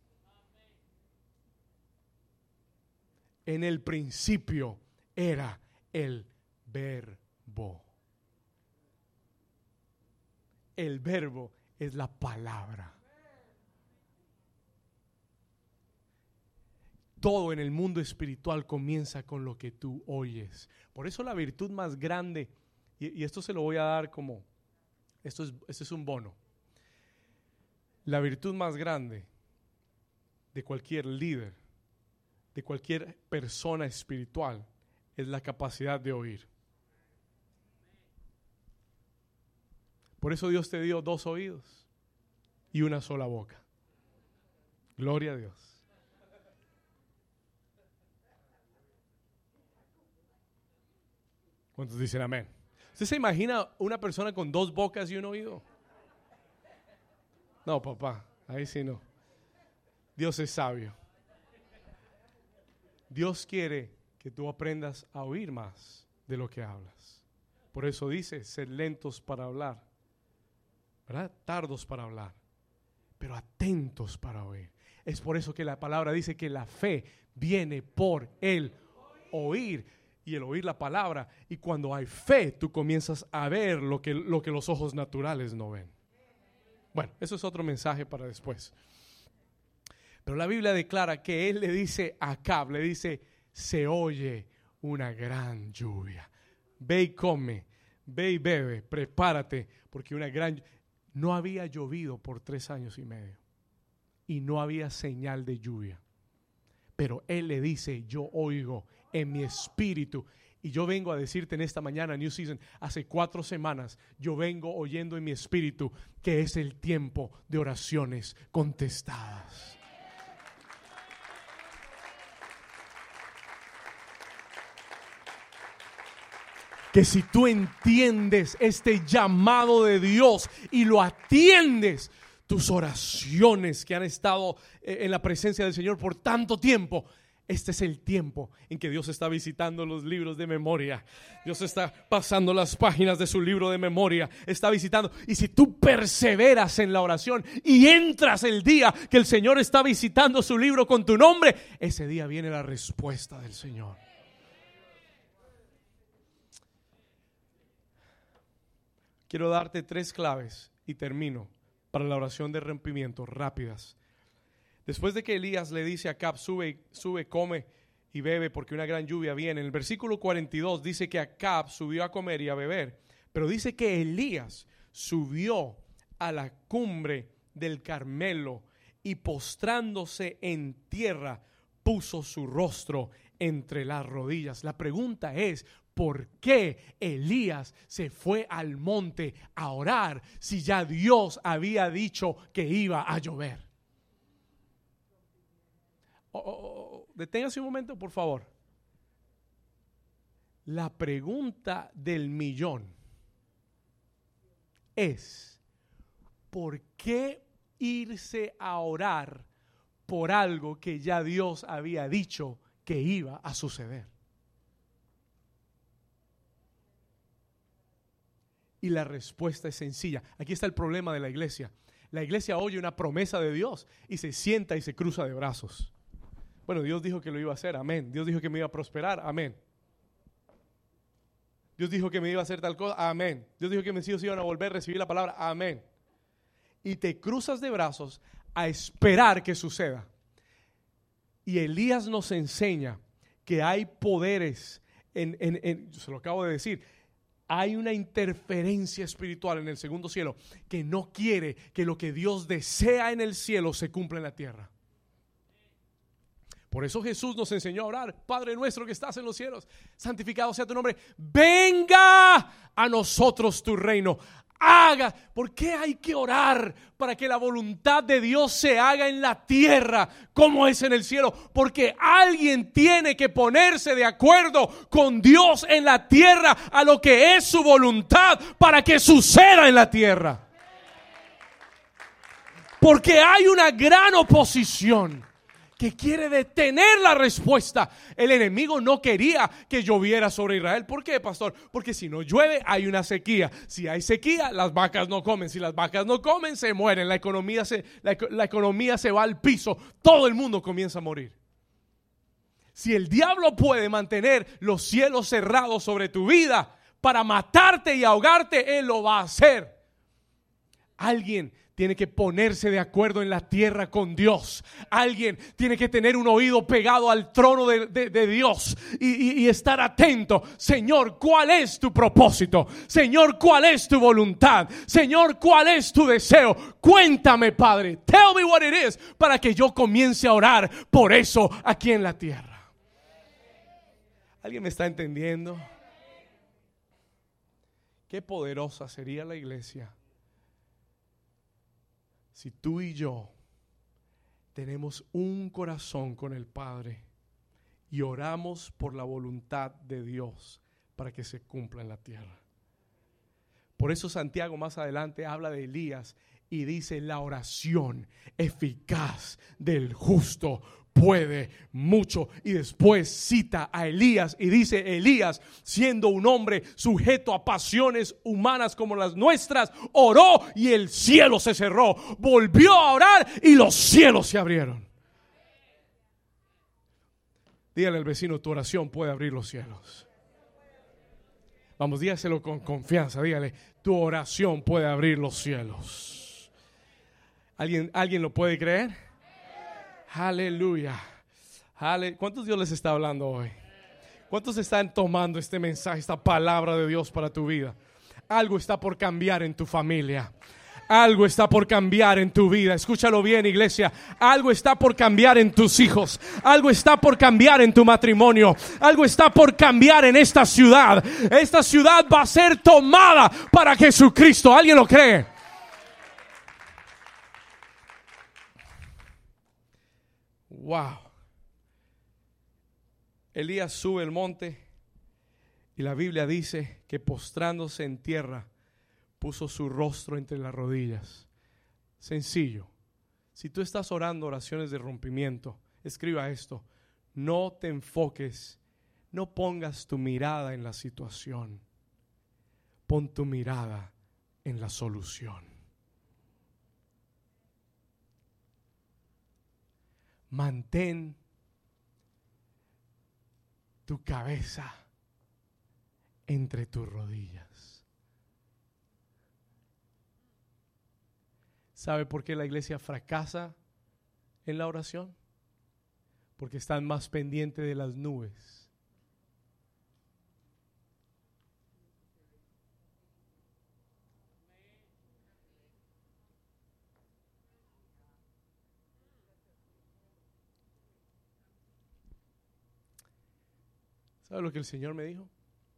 En el principio era el verbo. El verbo es la palabra. Todo en el mundo espiritual comienza con lo que tú oyes. Por eso la virtud más grande, y esto se lo voy a dar como, esto es un bono. La virtud más grande de cualquier líder, de cualquier persona espiritual, es la capacidad de oír. Por eso Dios te dio 2 oídos y una sola boca. Gloria a Dios. ¿Cuántos dicen amén? ¿Usted se imagina una persona con 2 bocas y un oído? No, papá, ahí sí no. Dios es sabio. Dios quiere que tú aprendas a oír más de lo que hablas. Por eso dice, ser lentos para hablar, ¿verdad? Tardos para hablar, pero atentos para oír. Es por eso que la palabra dice que la fe viene por el oír. Y el oír la palabra. Y cuando hay fe, tú comienzas a ver lo que los ojos naturales no ven. Bueno, eso es otro mensaje para después. Pero la Biblia declara que él le dice a Acab, le dice, se oye una gran lluvia. Ve y come, ve y bebe, prepárate, porque no había llovido por 3 años y medio. Y no había señal de lluvia. Pero él le dice, yo oigo en mi espíritu. Y yo vengo a decirte en esta mañana, New Season, hace 4 semanas, yo vengo oyendo en mi espíritu que es el tiempo de oraciones contestadas. Que si tú entiendes este llamado de Dios y lo atiendes, tus oraciones que han estado en la presencia del Señor por tanto tiempo, este es el tiempo en que Dios está visitando los libros de memoria. Dios está pasando las páginas de su libro de memoria, está visitando. Y si tú perseveras en la oración y entras el día que el Señor está visitando su libro con tu nombre, ese día viene la respuesta del Señor. Quiero darte 3 claves y termino para la oración de rompimiento, rápidas. Después de que Elías le dice a Acab, sube, come y bebe porque una gran lluvia viene. En el versículo 42 dice que Acab subió a comer y a beber, pero dice que Elías subió a la cumbre del Carmelo y postrándose en tierra puso su rostro entre las rodillas. La pregunta es, ¿por qué Elías se fue al monte a orar si ya Dios había dicho que iba a llover? Deténgase un momento, por favor. La pregunta del millón es, ¿por qué irse a orar por algo que ya Dios había dicho que iba a suceder? Y la respuesta es sencilla. Aquí está el problema de la iglesia. La iglesia oye una promesa de Dios y se sienta y se cruza de brazos. Bueno, Dios dijo que lo iba a hacer, amén. Dios dijo que me iba a prosperar, amén. Dios dijo que me iba a hacer tal cosa, amén. Dios dijo que mis hijos iban a volver a recibir la palabra, amén. Y te cruzas de brazos a esperar que suceda. Y Elías nos enseña que hay poderes, yo se lo acabo de decir, hay una interferencia espiritual en el segundo cielo que no quiere que lo que Dios desea en el cielo se cumpla en la tierra. Por eso Jesús nos enseñó a orar, Padre nuestro que estás en los cielos, santificado sea tu nombre, venga a nosotros tu reino. ¿Por qué hay que orar? Para que la voluntad de Dios se haga en la tierra como es en el cielo. Porque alguien tiene que ponerse de acuerdo con Dios en la tierra a lo que es su voluntad para que suceda en la tierra. Porque hay una gran oposición que quiere detener la respuesta. El enemigo no quería que lloviera sobre Israel. ¿Por qué, pastor? Porque si no llueve hay una sequía. Si hay sequía, las vacas no comen. Si las vacas no comen, se mueren. La economía se va al piso. Todo el mundo comienza a morir. Si el diablo puede mantener los cielos cerrados sobre tu vida para matarte y ahogarte, él lo va a hacer. Alguien tiene que ponerse de acuerdo en la tierra con Dios. Alguien tiene que tener un oído pegado al trono de Dios y estar atento. Señor, ¿cuál es tu propósito? Señor, ¿cuál es tu voluntad? Señor, ¿cuál es tu deseo? Cuéntame, Padre. Tell me what it is, para que yo comience a orar por eso aquí en la tierra. ¿Alguien me está entendiendo? Qué poderosa sería la iglesia si tú y yo tenemos un corazón con el Padre y oramos por la voluntad de Dios para que se cumpla en la tierra. Por eso Santiago más adelante habla de Elías y dice: la oración eficaz del justo puede mucho. Y después cita a Elías y dice: Elías, siendo un hombre sujeto a pasiones humanas como las nuestras, oró y el cielo se cerró. Volvió a orar y los cielos se abrieron. Dígale al vecino, tu oración puede abrir los cielos. Vamos, dígaselo con confianza. Dígale, tu oración puede abrir los cielos. ¿Alguien lo puede creer? Aleluya. ¿Cuántos Dios les está hablando hoy? ¿Cuántos están tomando este mensaje, esta palabra de Dios para tu vida? Algo está por cambiar en tu familia. Algo está por cambiar en tu vida. Escúchalo bien, iglesia. Algo está por cambiar en tus hijos. Algo está por cambiar en tu matrimonio. Algo está por cambiar en esta ciudad. Esta ciudad va a ser tomada para Jesucristo. ¿Alguien lo cree? Wow. Elías sube el monte y la Biblia dice que postrándose en tierra puso su rostro entre las rodillas. Sencillo. Si tú estás orando oraciones de rompimiento, escriba esto: no te enfoques, no pongas tu mirada en la situación, pon tu mirada en la solución. Mantén tu cabeza entre tus rodillas. ¿Sabe por qué la iglesia fracasa en la oración? Porque están más pendientes de las nubes. ¿Sabe lo que el Señor me dijo?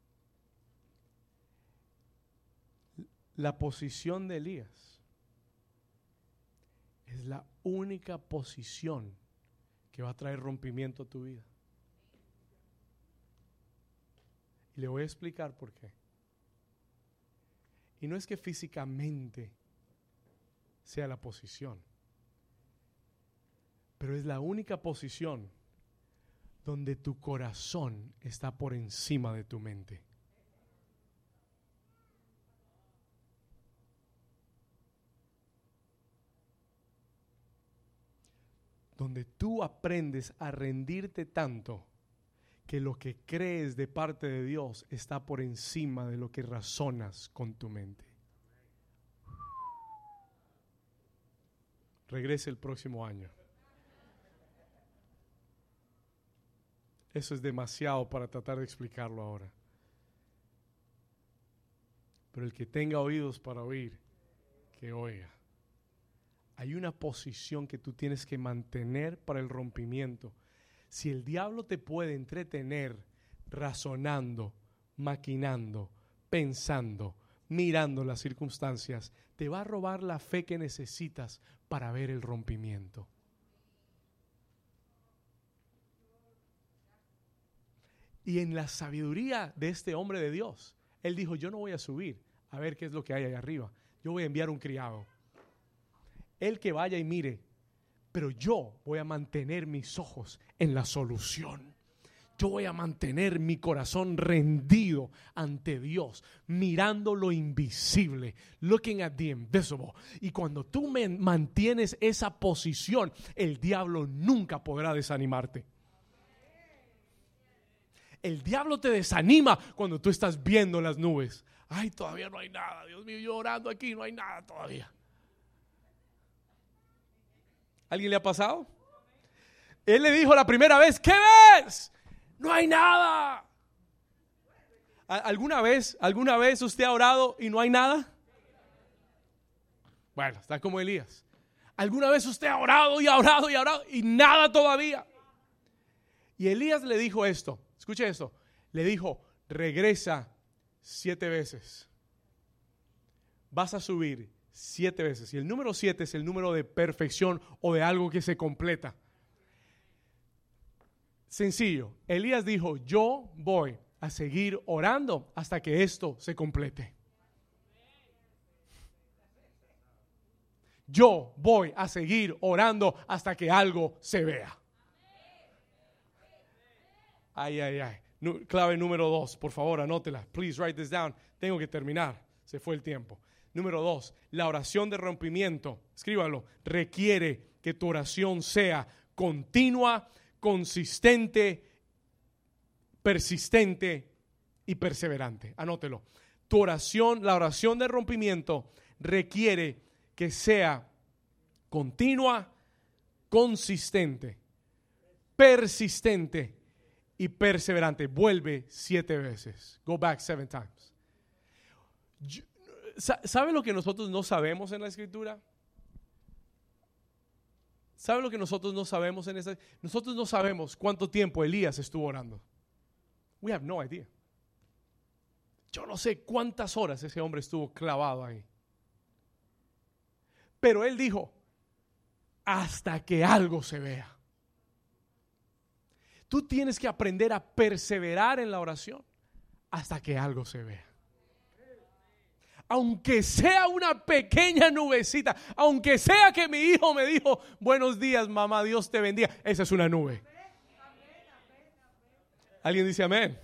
La posición de Elías es la única posición que va a traer rompimiento a tu vida. Y le voy a explicar por qué. Y no es que físicamente sea la posición, pero es la única posición donde tu corazón está por encima de tu mente. Donde tú aprendes a rendirte tanto que lo que crees de parte de Dios está por encima de lo que razonas con tu mente. Regrese el próximo año. Eso es demasiado para tratar de explicarlo ahora. Pero el que tenga oídos para oír, que oiga. Hay una posición que tú tienes que mantener para el rompimiento. Si el diablo te puede entretener razonando, maquinando, pensando, mirando las circunstancias, te va a robar la fe que necesitas para ver el rompimiento. Y en la sabiduría de este hombre de Dios, él dijo: yo no voy a subir a ver qué es lo que hay allá arriba. Yo voy a enviar un criado. Él que vaya y mire, pero yo voy a mantener mis ojos en la solución. Yo voy a mantener mi corazón rendido ante Dios, mirando lo invisible, looking at the invisible. Y cuando tú mantienes esa posición, el diablo nunca podrá desanimarte. El diablo te desanima cuando tú estás viendo las nubes. Ay, todavía no hay nada. Dios mío, yo orando aquí, no hay nada todavía. ¿Alguien le ha pasado? Él le dijo la primera vez: ¿qué ves? No hay nada. ¿Alguna vez usted ha orado y no hay nada? Bueno, está como Elías. ¿Alguna vez usted ha orado y ha orado y ha orado y nada todavía? Y Elías le dijo esto. Escuche esto. Le dijo: regresa 7 veces. Vas a subir 7 veces. Y el número 7 es el número de perfección o de algo que se completa. Sencillo. Elías dijo: yo voy a seguir orando hasta que esto se complete. Yo voy a seguir orando hasta que algo se vea. Ay, ay, ay. Clave número 2, por favor, anótela. Please write this down. Tengo que terminar. Se fue el tiempo. Número 2, la oración de rompimiento, escríbalo, requiere que tu oración sea continua, consistente persistente y perseverante. Anótelo. Tu oración, la oración de rompimiento requiere que sea continua, consistente, persistente y perseverante. Vuelve 7 veces. Go back 7 times. ¿Sabe lo que nosotros no sabemos en la Escritura? ¿Sabe lo que nosotros no sabemos en esta? Nosotros no sabemos cuánto tiempo Elías estuvo orando. We have no idea. Yo no sé cuántas horas ese hombre estuvo clavado ahí. Pero él dijo, hasta que algo se vea. Tú tienes que aprender a perseverar en la oración hasta que algo se vea. Aunque sea una pequeña nubecita, aunque sea que mi hijo me dijo, buenos días mamá, Dios te bendiga, esa es una nube. ¿Alguien dice amén?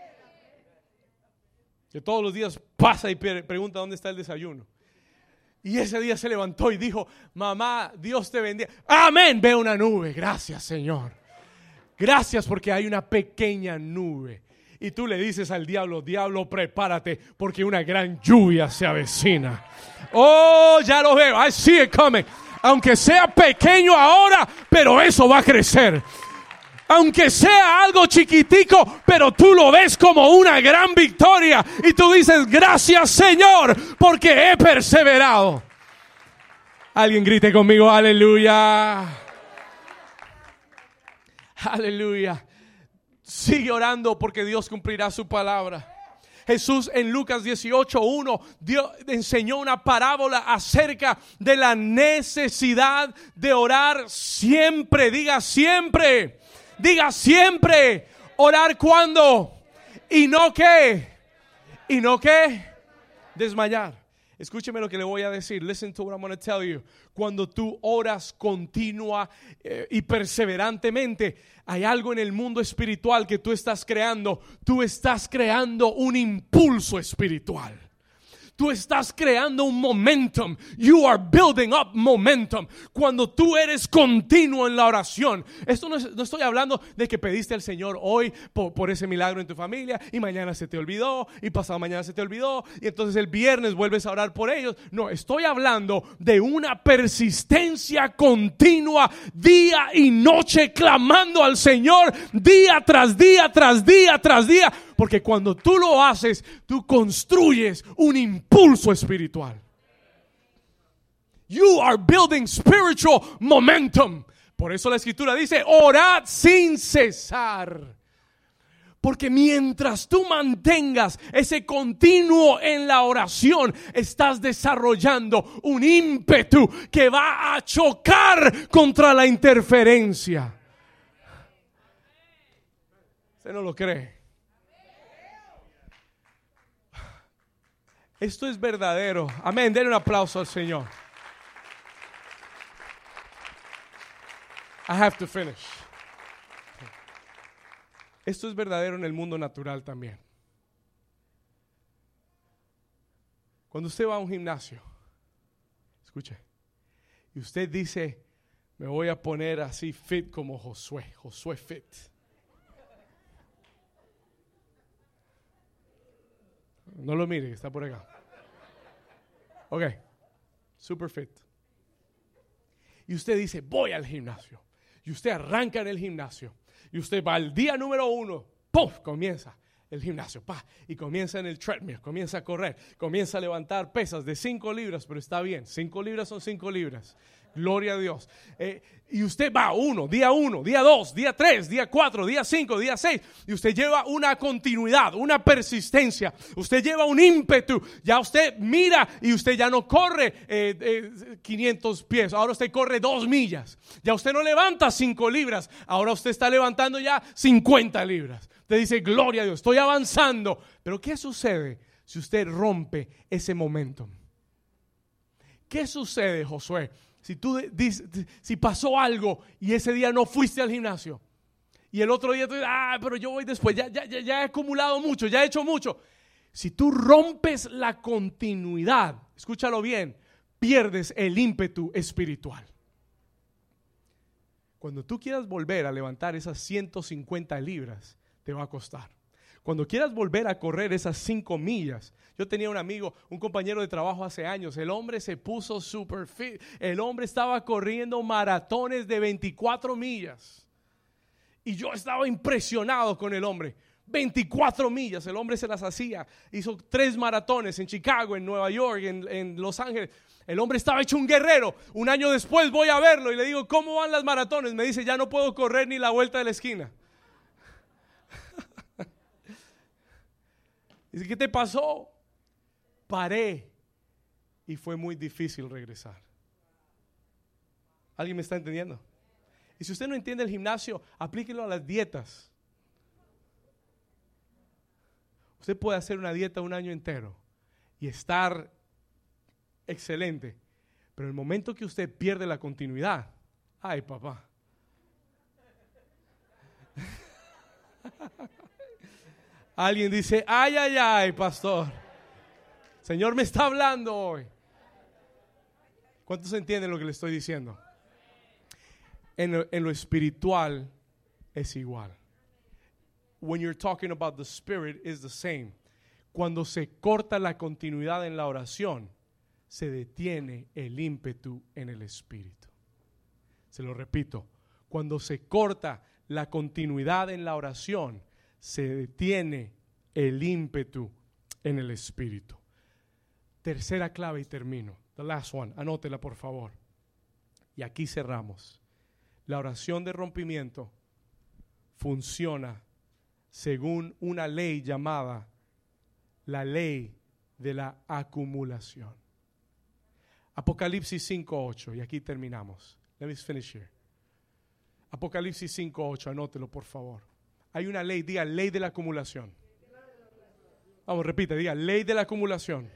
Que todos los días pasa y pregunta dónde está el desayuno. Y ese día se levantó y dijo, mamá, Dios te bendiga. Amén, veo una nube, gracias Señor. Gracias porque hay una pequeña nube. Y tú le dices al diablo, diablo, prepárate porque una gran lluvia se avecina. Oh, ya lo veo, I see it coming. Aunque sea pequeño ahora, pero eso va a crecer. Aunque sea algo chiquitico, pero tú lo ves como una gran victoria. Y tú dices, gracias Señor, porque he perseverado. Alguien grite conmigo, aleluya. Aleluya. Sigue orando porque Dios cumplirá su palabra. Jesús en Lucas 18:1 enseñó una parábola acerca de la necesidad de orar siempre. Diga siempre. Diga siempre. Orar cuando. Y no qué. Y no qué. Desmayar. Escúcheme lo que le voy a decir. Listen to what I'm going to tell you. Cuando tú oras continua y perseverantemente, hay algo en el mundo espiritual que tú estás creando. Tú estás creando un impulso espiritual. Tú estás creando un momentum. You are building up momentum. Cuando tú eres continuo en la oración. Esto no estoy hablando de que pediste al Señor hoy por ese milagro en tu familia y mañana se te olvidó y pasado mañana se te olvidó y entonces el viernes vuelves a orar por ellos. No, estoy hablando de una persistencia continua, día y noche, clamando al Señor día tras día, tras día, tras día. Porque cuando tú lo haces, tú construyes un impulso espiritual. You are building spiritual momentum. Por eso la Escritura dice, orad sin cesar. Porque mientras tú mantengas ese continuo en la oración, estás desarrollando un ímpetu que va a chocar contra la interferencia. ¿Usted no lo cree? Esto es verdadero. Amén. Denle un aplauso al Señor. I have to finish. Esto es verdadero en el mundo natural también. Cuando usted va a un gimnasio, escuche, y usted dice, me voy a poner así fit como Josué fit. No lo mire, está por acá. Ok, super fit. Y usted dice, voy al gimnasio. Y usted arranca en el gimnasio. Y usted va al día número 1. ¡Pum! Comienza el gimnasio. ¡Pah! Y comienza en el treadmill. Comienza a correr. Comienza a levantar pesas de 5 libras. Pero está bien. 5 libras son 5 libras. Gloria a Dios. Y usted va día 1, día 2, día 3, día 4, día 5, día 6. Y usted lleva una continuidad, una persistencia. Usted lleva un ímpetu. Ya usted mira y usted ya no corre 500 pies. Ahora usted corre 2 millas. Ya usted no levanta 5 libras. Ahora usted está levantando ya 50 libras. Usted dice, gloria a Dios, estoy avanzando. Pero ¿qué sucede si usted rompe ese momentum? ¿Qué sucede, Josué? Si pasó algo y ese día no fuiste al gimnasio y el otro día tú dices, pero yo voy después, ya he acumulado mucho, ya he hecho mucho. Si tú rompes la continuidad, escúchalo bien, pierdes el ímpetu espiritual. Cuando tú quieras volver a levantar esas 150 libras, te va a costar. Cuando quieras volver a correr esas 5 millas. Yo tenía un amigo, un compañero de trabajo hace años. El hombre se puso super fit. El hombre estaba corriendo maratones de 24 millas. Y yo estaba impresionado con el hombre. 24 millas, el hombre se las hacía. Hizo 3 maratones en Chicago, en Nueva York, en Los Ángeles. El hombre estaba hecho un guerrero. Un año después voy a verlo y le digo, ¿cómo van las maratones? Me dice, ya no puedo correr ni la vuelta de la esquina. Dice, ¿qué te pasó? Paré y fue muy difícil regresar. ¿Alguien me está entendiendo? Y si usted no entiende el gimnasio, aplíquelo a las dietas. Usted puede hacer una dieta un año entero y estar excelente, pero en el momento que usted pierde la continuidad, ay papá. Alguien dice, ay, ay, ay, pastor. Señor me está hablando hoy. ¿Cuántos entienden lo que le estoy diciendo? En lo espiritual es igual. When you're talking about the spirit, is the same. Cuando se corta la continuidad en la oración, se detiene el ímpetu en el espíritu. Se lo repito, cuando se corta la continuidad en la oración, se detiene el ímpetu en el espíritu. Tercera clave y termino. The last one, anótela por favor. Y aquí cerramos. La oración de rompimiento funciona según una ley llamada la ley de la acumulación. Apocalipsis 5:8, y aquí terminamos. Let me finish here. Apocalipsis 5:8, anótelo por favor. Hay una ley, diga ley de la acumulación. Vamos, repite, diga ley de la acumulación.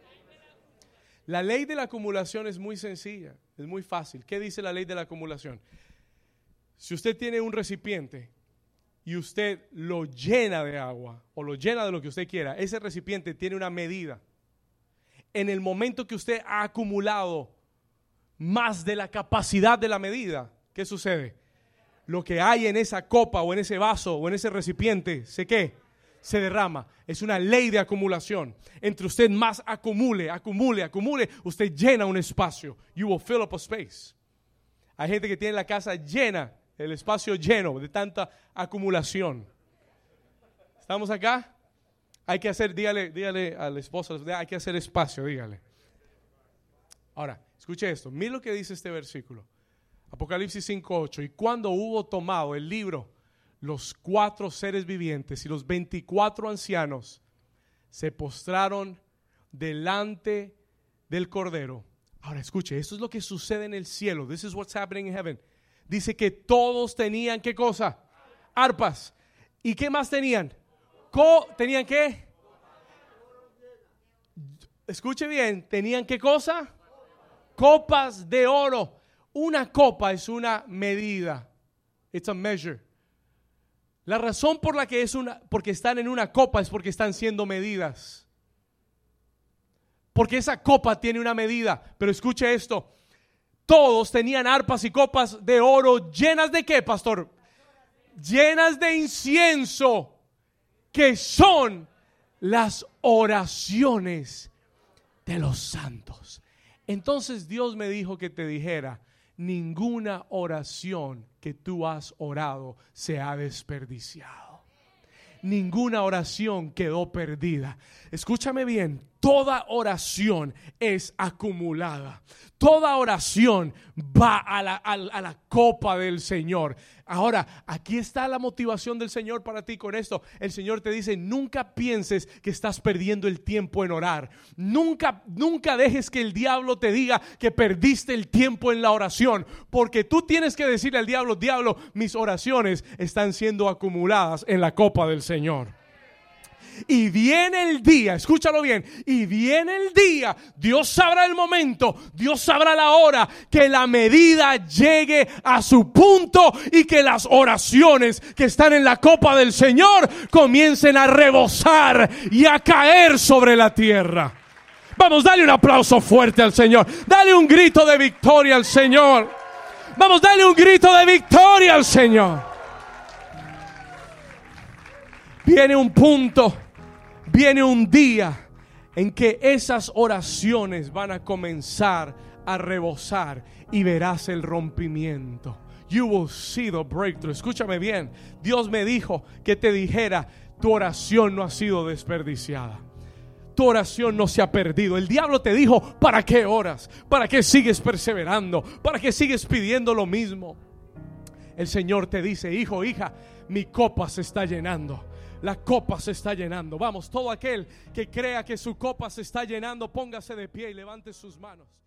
La ley de la acumulación es muy sencilla, es muy fácil. ¿Qué dice la ley de la acumulación? Si usted tiene un recipiente y usted lo llena de agua o lo llena de lo que usted quiera, ese recipiente tiene una medida. En el momento que usted ha acumulado más de la capacidad de la medida, ¿qué sucede? Lo que hay en esa copa o en ese vaso o en ese recipiente, se derrama. Es una ley de acumulación. Entre usted más acumule, usted llena un espacio. You will fill up a space. Hay gente que tiene la casa llena, el espacio lleno de tanta acumulación. ¿Estamos acá? Hay que hacer, dígale al esposo, hay que hacer espacio, dígale. Ahora, escuche esto, mire lo que dice este versículo. Apocalipsis 5:8. Y cuando hubo tomado el libro, los 4 seres vivientes y los 24 ancianos se postraron delante del Cordero. Ahora escuche, esto es lo que sucede en el cielo. This is what's happening in heaven. Dice que todos tenían, ¿qué cosa? Arpas. ¿Y qué más tenían? ¿Tenían qué? Escuche bien, ¿tenían qué cosa? Copas de oro. Una copa es una medida. It's a measure. La razón por la que porque están en una copa es porque están siendo medidas. Porque esa copa tiene una medida. Pero escuche esto. Todos tenían arpas y copas de oro llenas de ¿qué, pastor? Llenas de incienso, que son las oraciones de los santos. Entonces Dios me dijo que te dijera, ninguna oración que tú has orado se ha desperdiciado. Ninguna oración quedó perdida. Escúchame bien, toda oración es acumulada. Toda oración va a la copa del Señor. Ahora, aquí está la motivación del Señor para ti con esto. El Señor te dice, nunca pienses que estás perdiendo el tiempo en orar. Nunca dejes que el diablo te diga que perdiste el tiempo en la oración. Porque tú tienes que decirle al diablo, diablo, mis oraciones están siendo acumuladas en la copa del Señor. Y viene el día, escúchalo bien, y viene el día, Dios sabrá el momento, Dios sabrá la hora, que la medida llegue a su punto y que las oraciones que están en la copa del Señor comiencen a rebosar y a caer sobre la tierra. Vamos, dale un aplauso fuerte al Señor, dale un grito de victoria al Señor. Vamos, dale un grito de victoria al Señor. Viene un punto, viene un día en que esas oraciones van a comenzar a rebosar y verás el rompimiento. You will see the breakthrough. Escúchame bien. Dios me dijo que te dijera: tu oración no ha sido desperdiciada. Tu oración no se ha perdido. El diablo te dijo: ¿para qué oras? ¿Para qué sigues perseverando? ¿Para qué sigues pidiendo lo mismo? El Señor te dice: hijo, hija, mi copa se está llenando. La copa se está llenando. Vamos, todo aquel que crea que su copa se está llenando, póngase de pie y levante sus manos.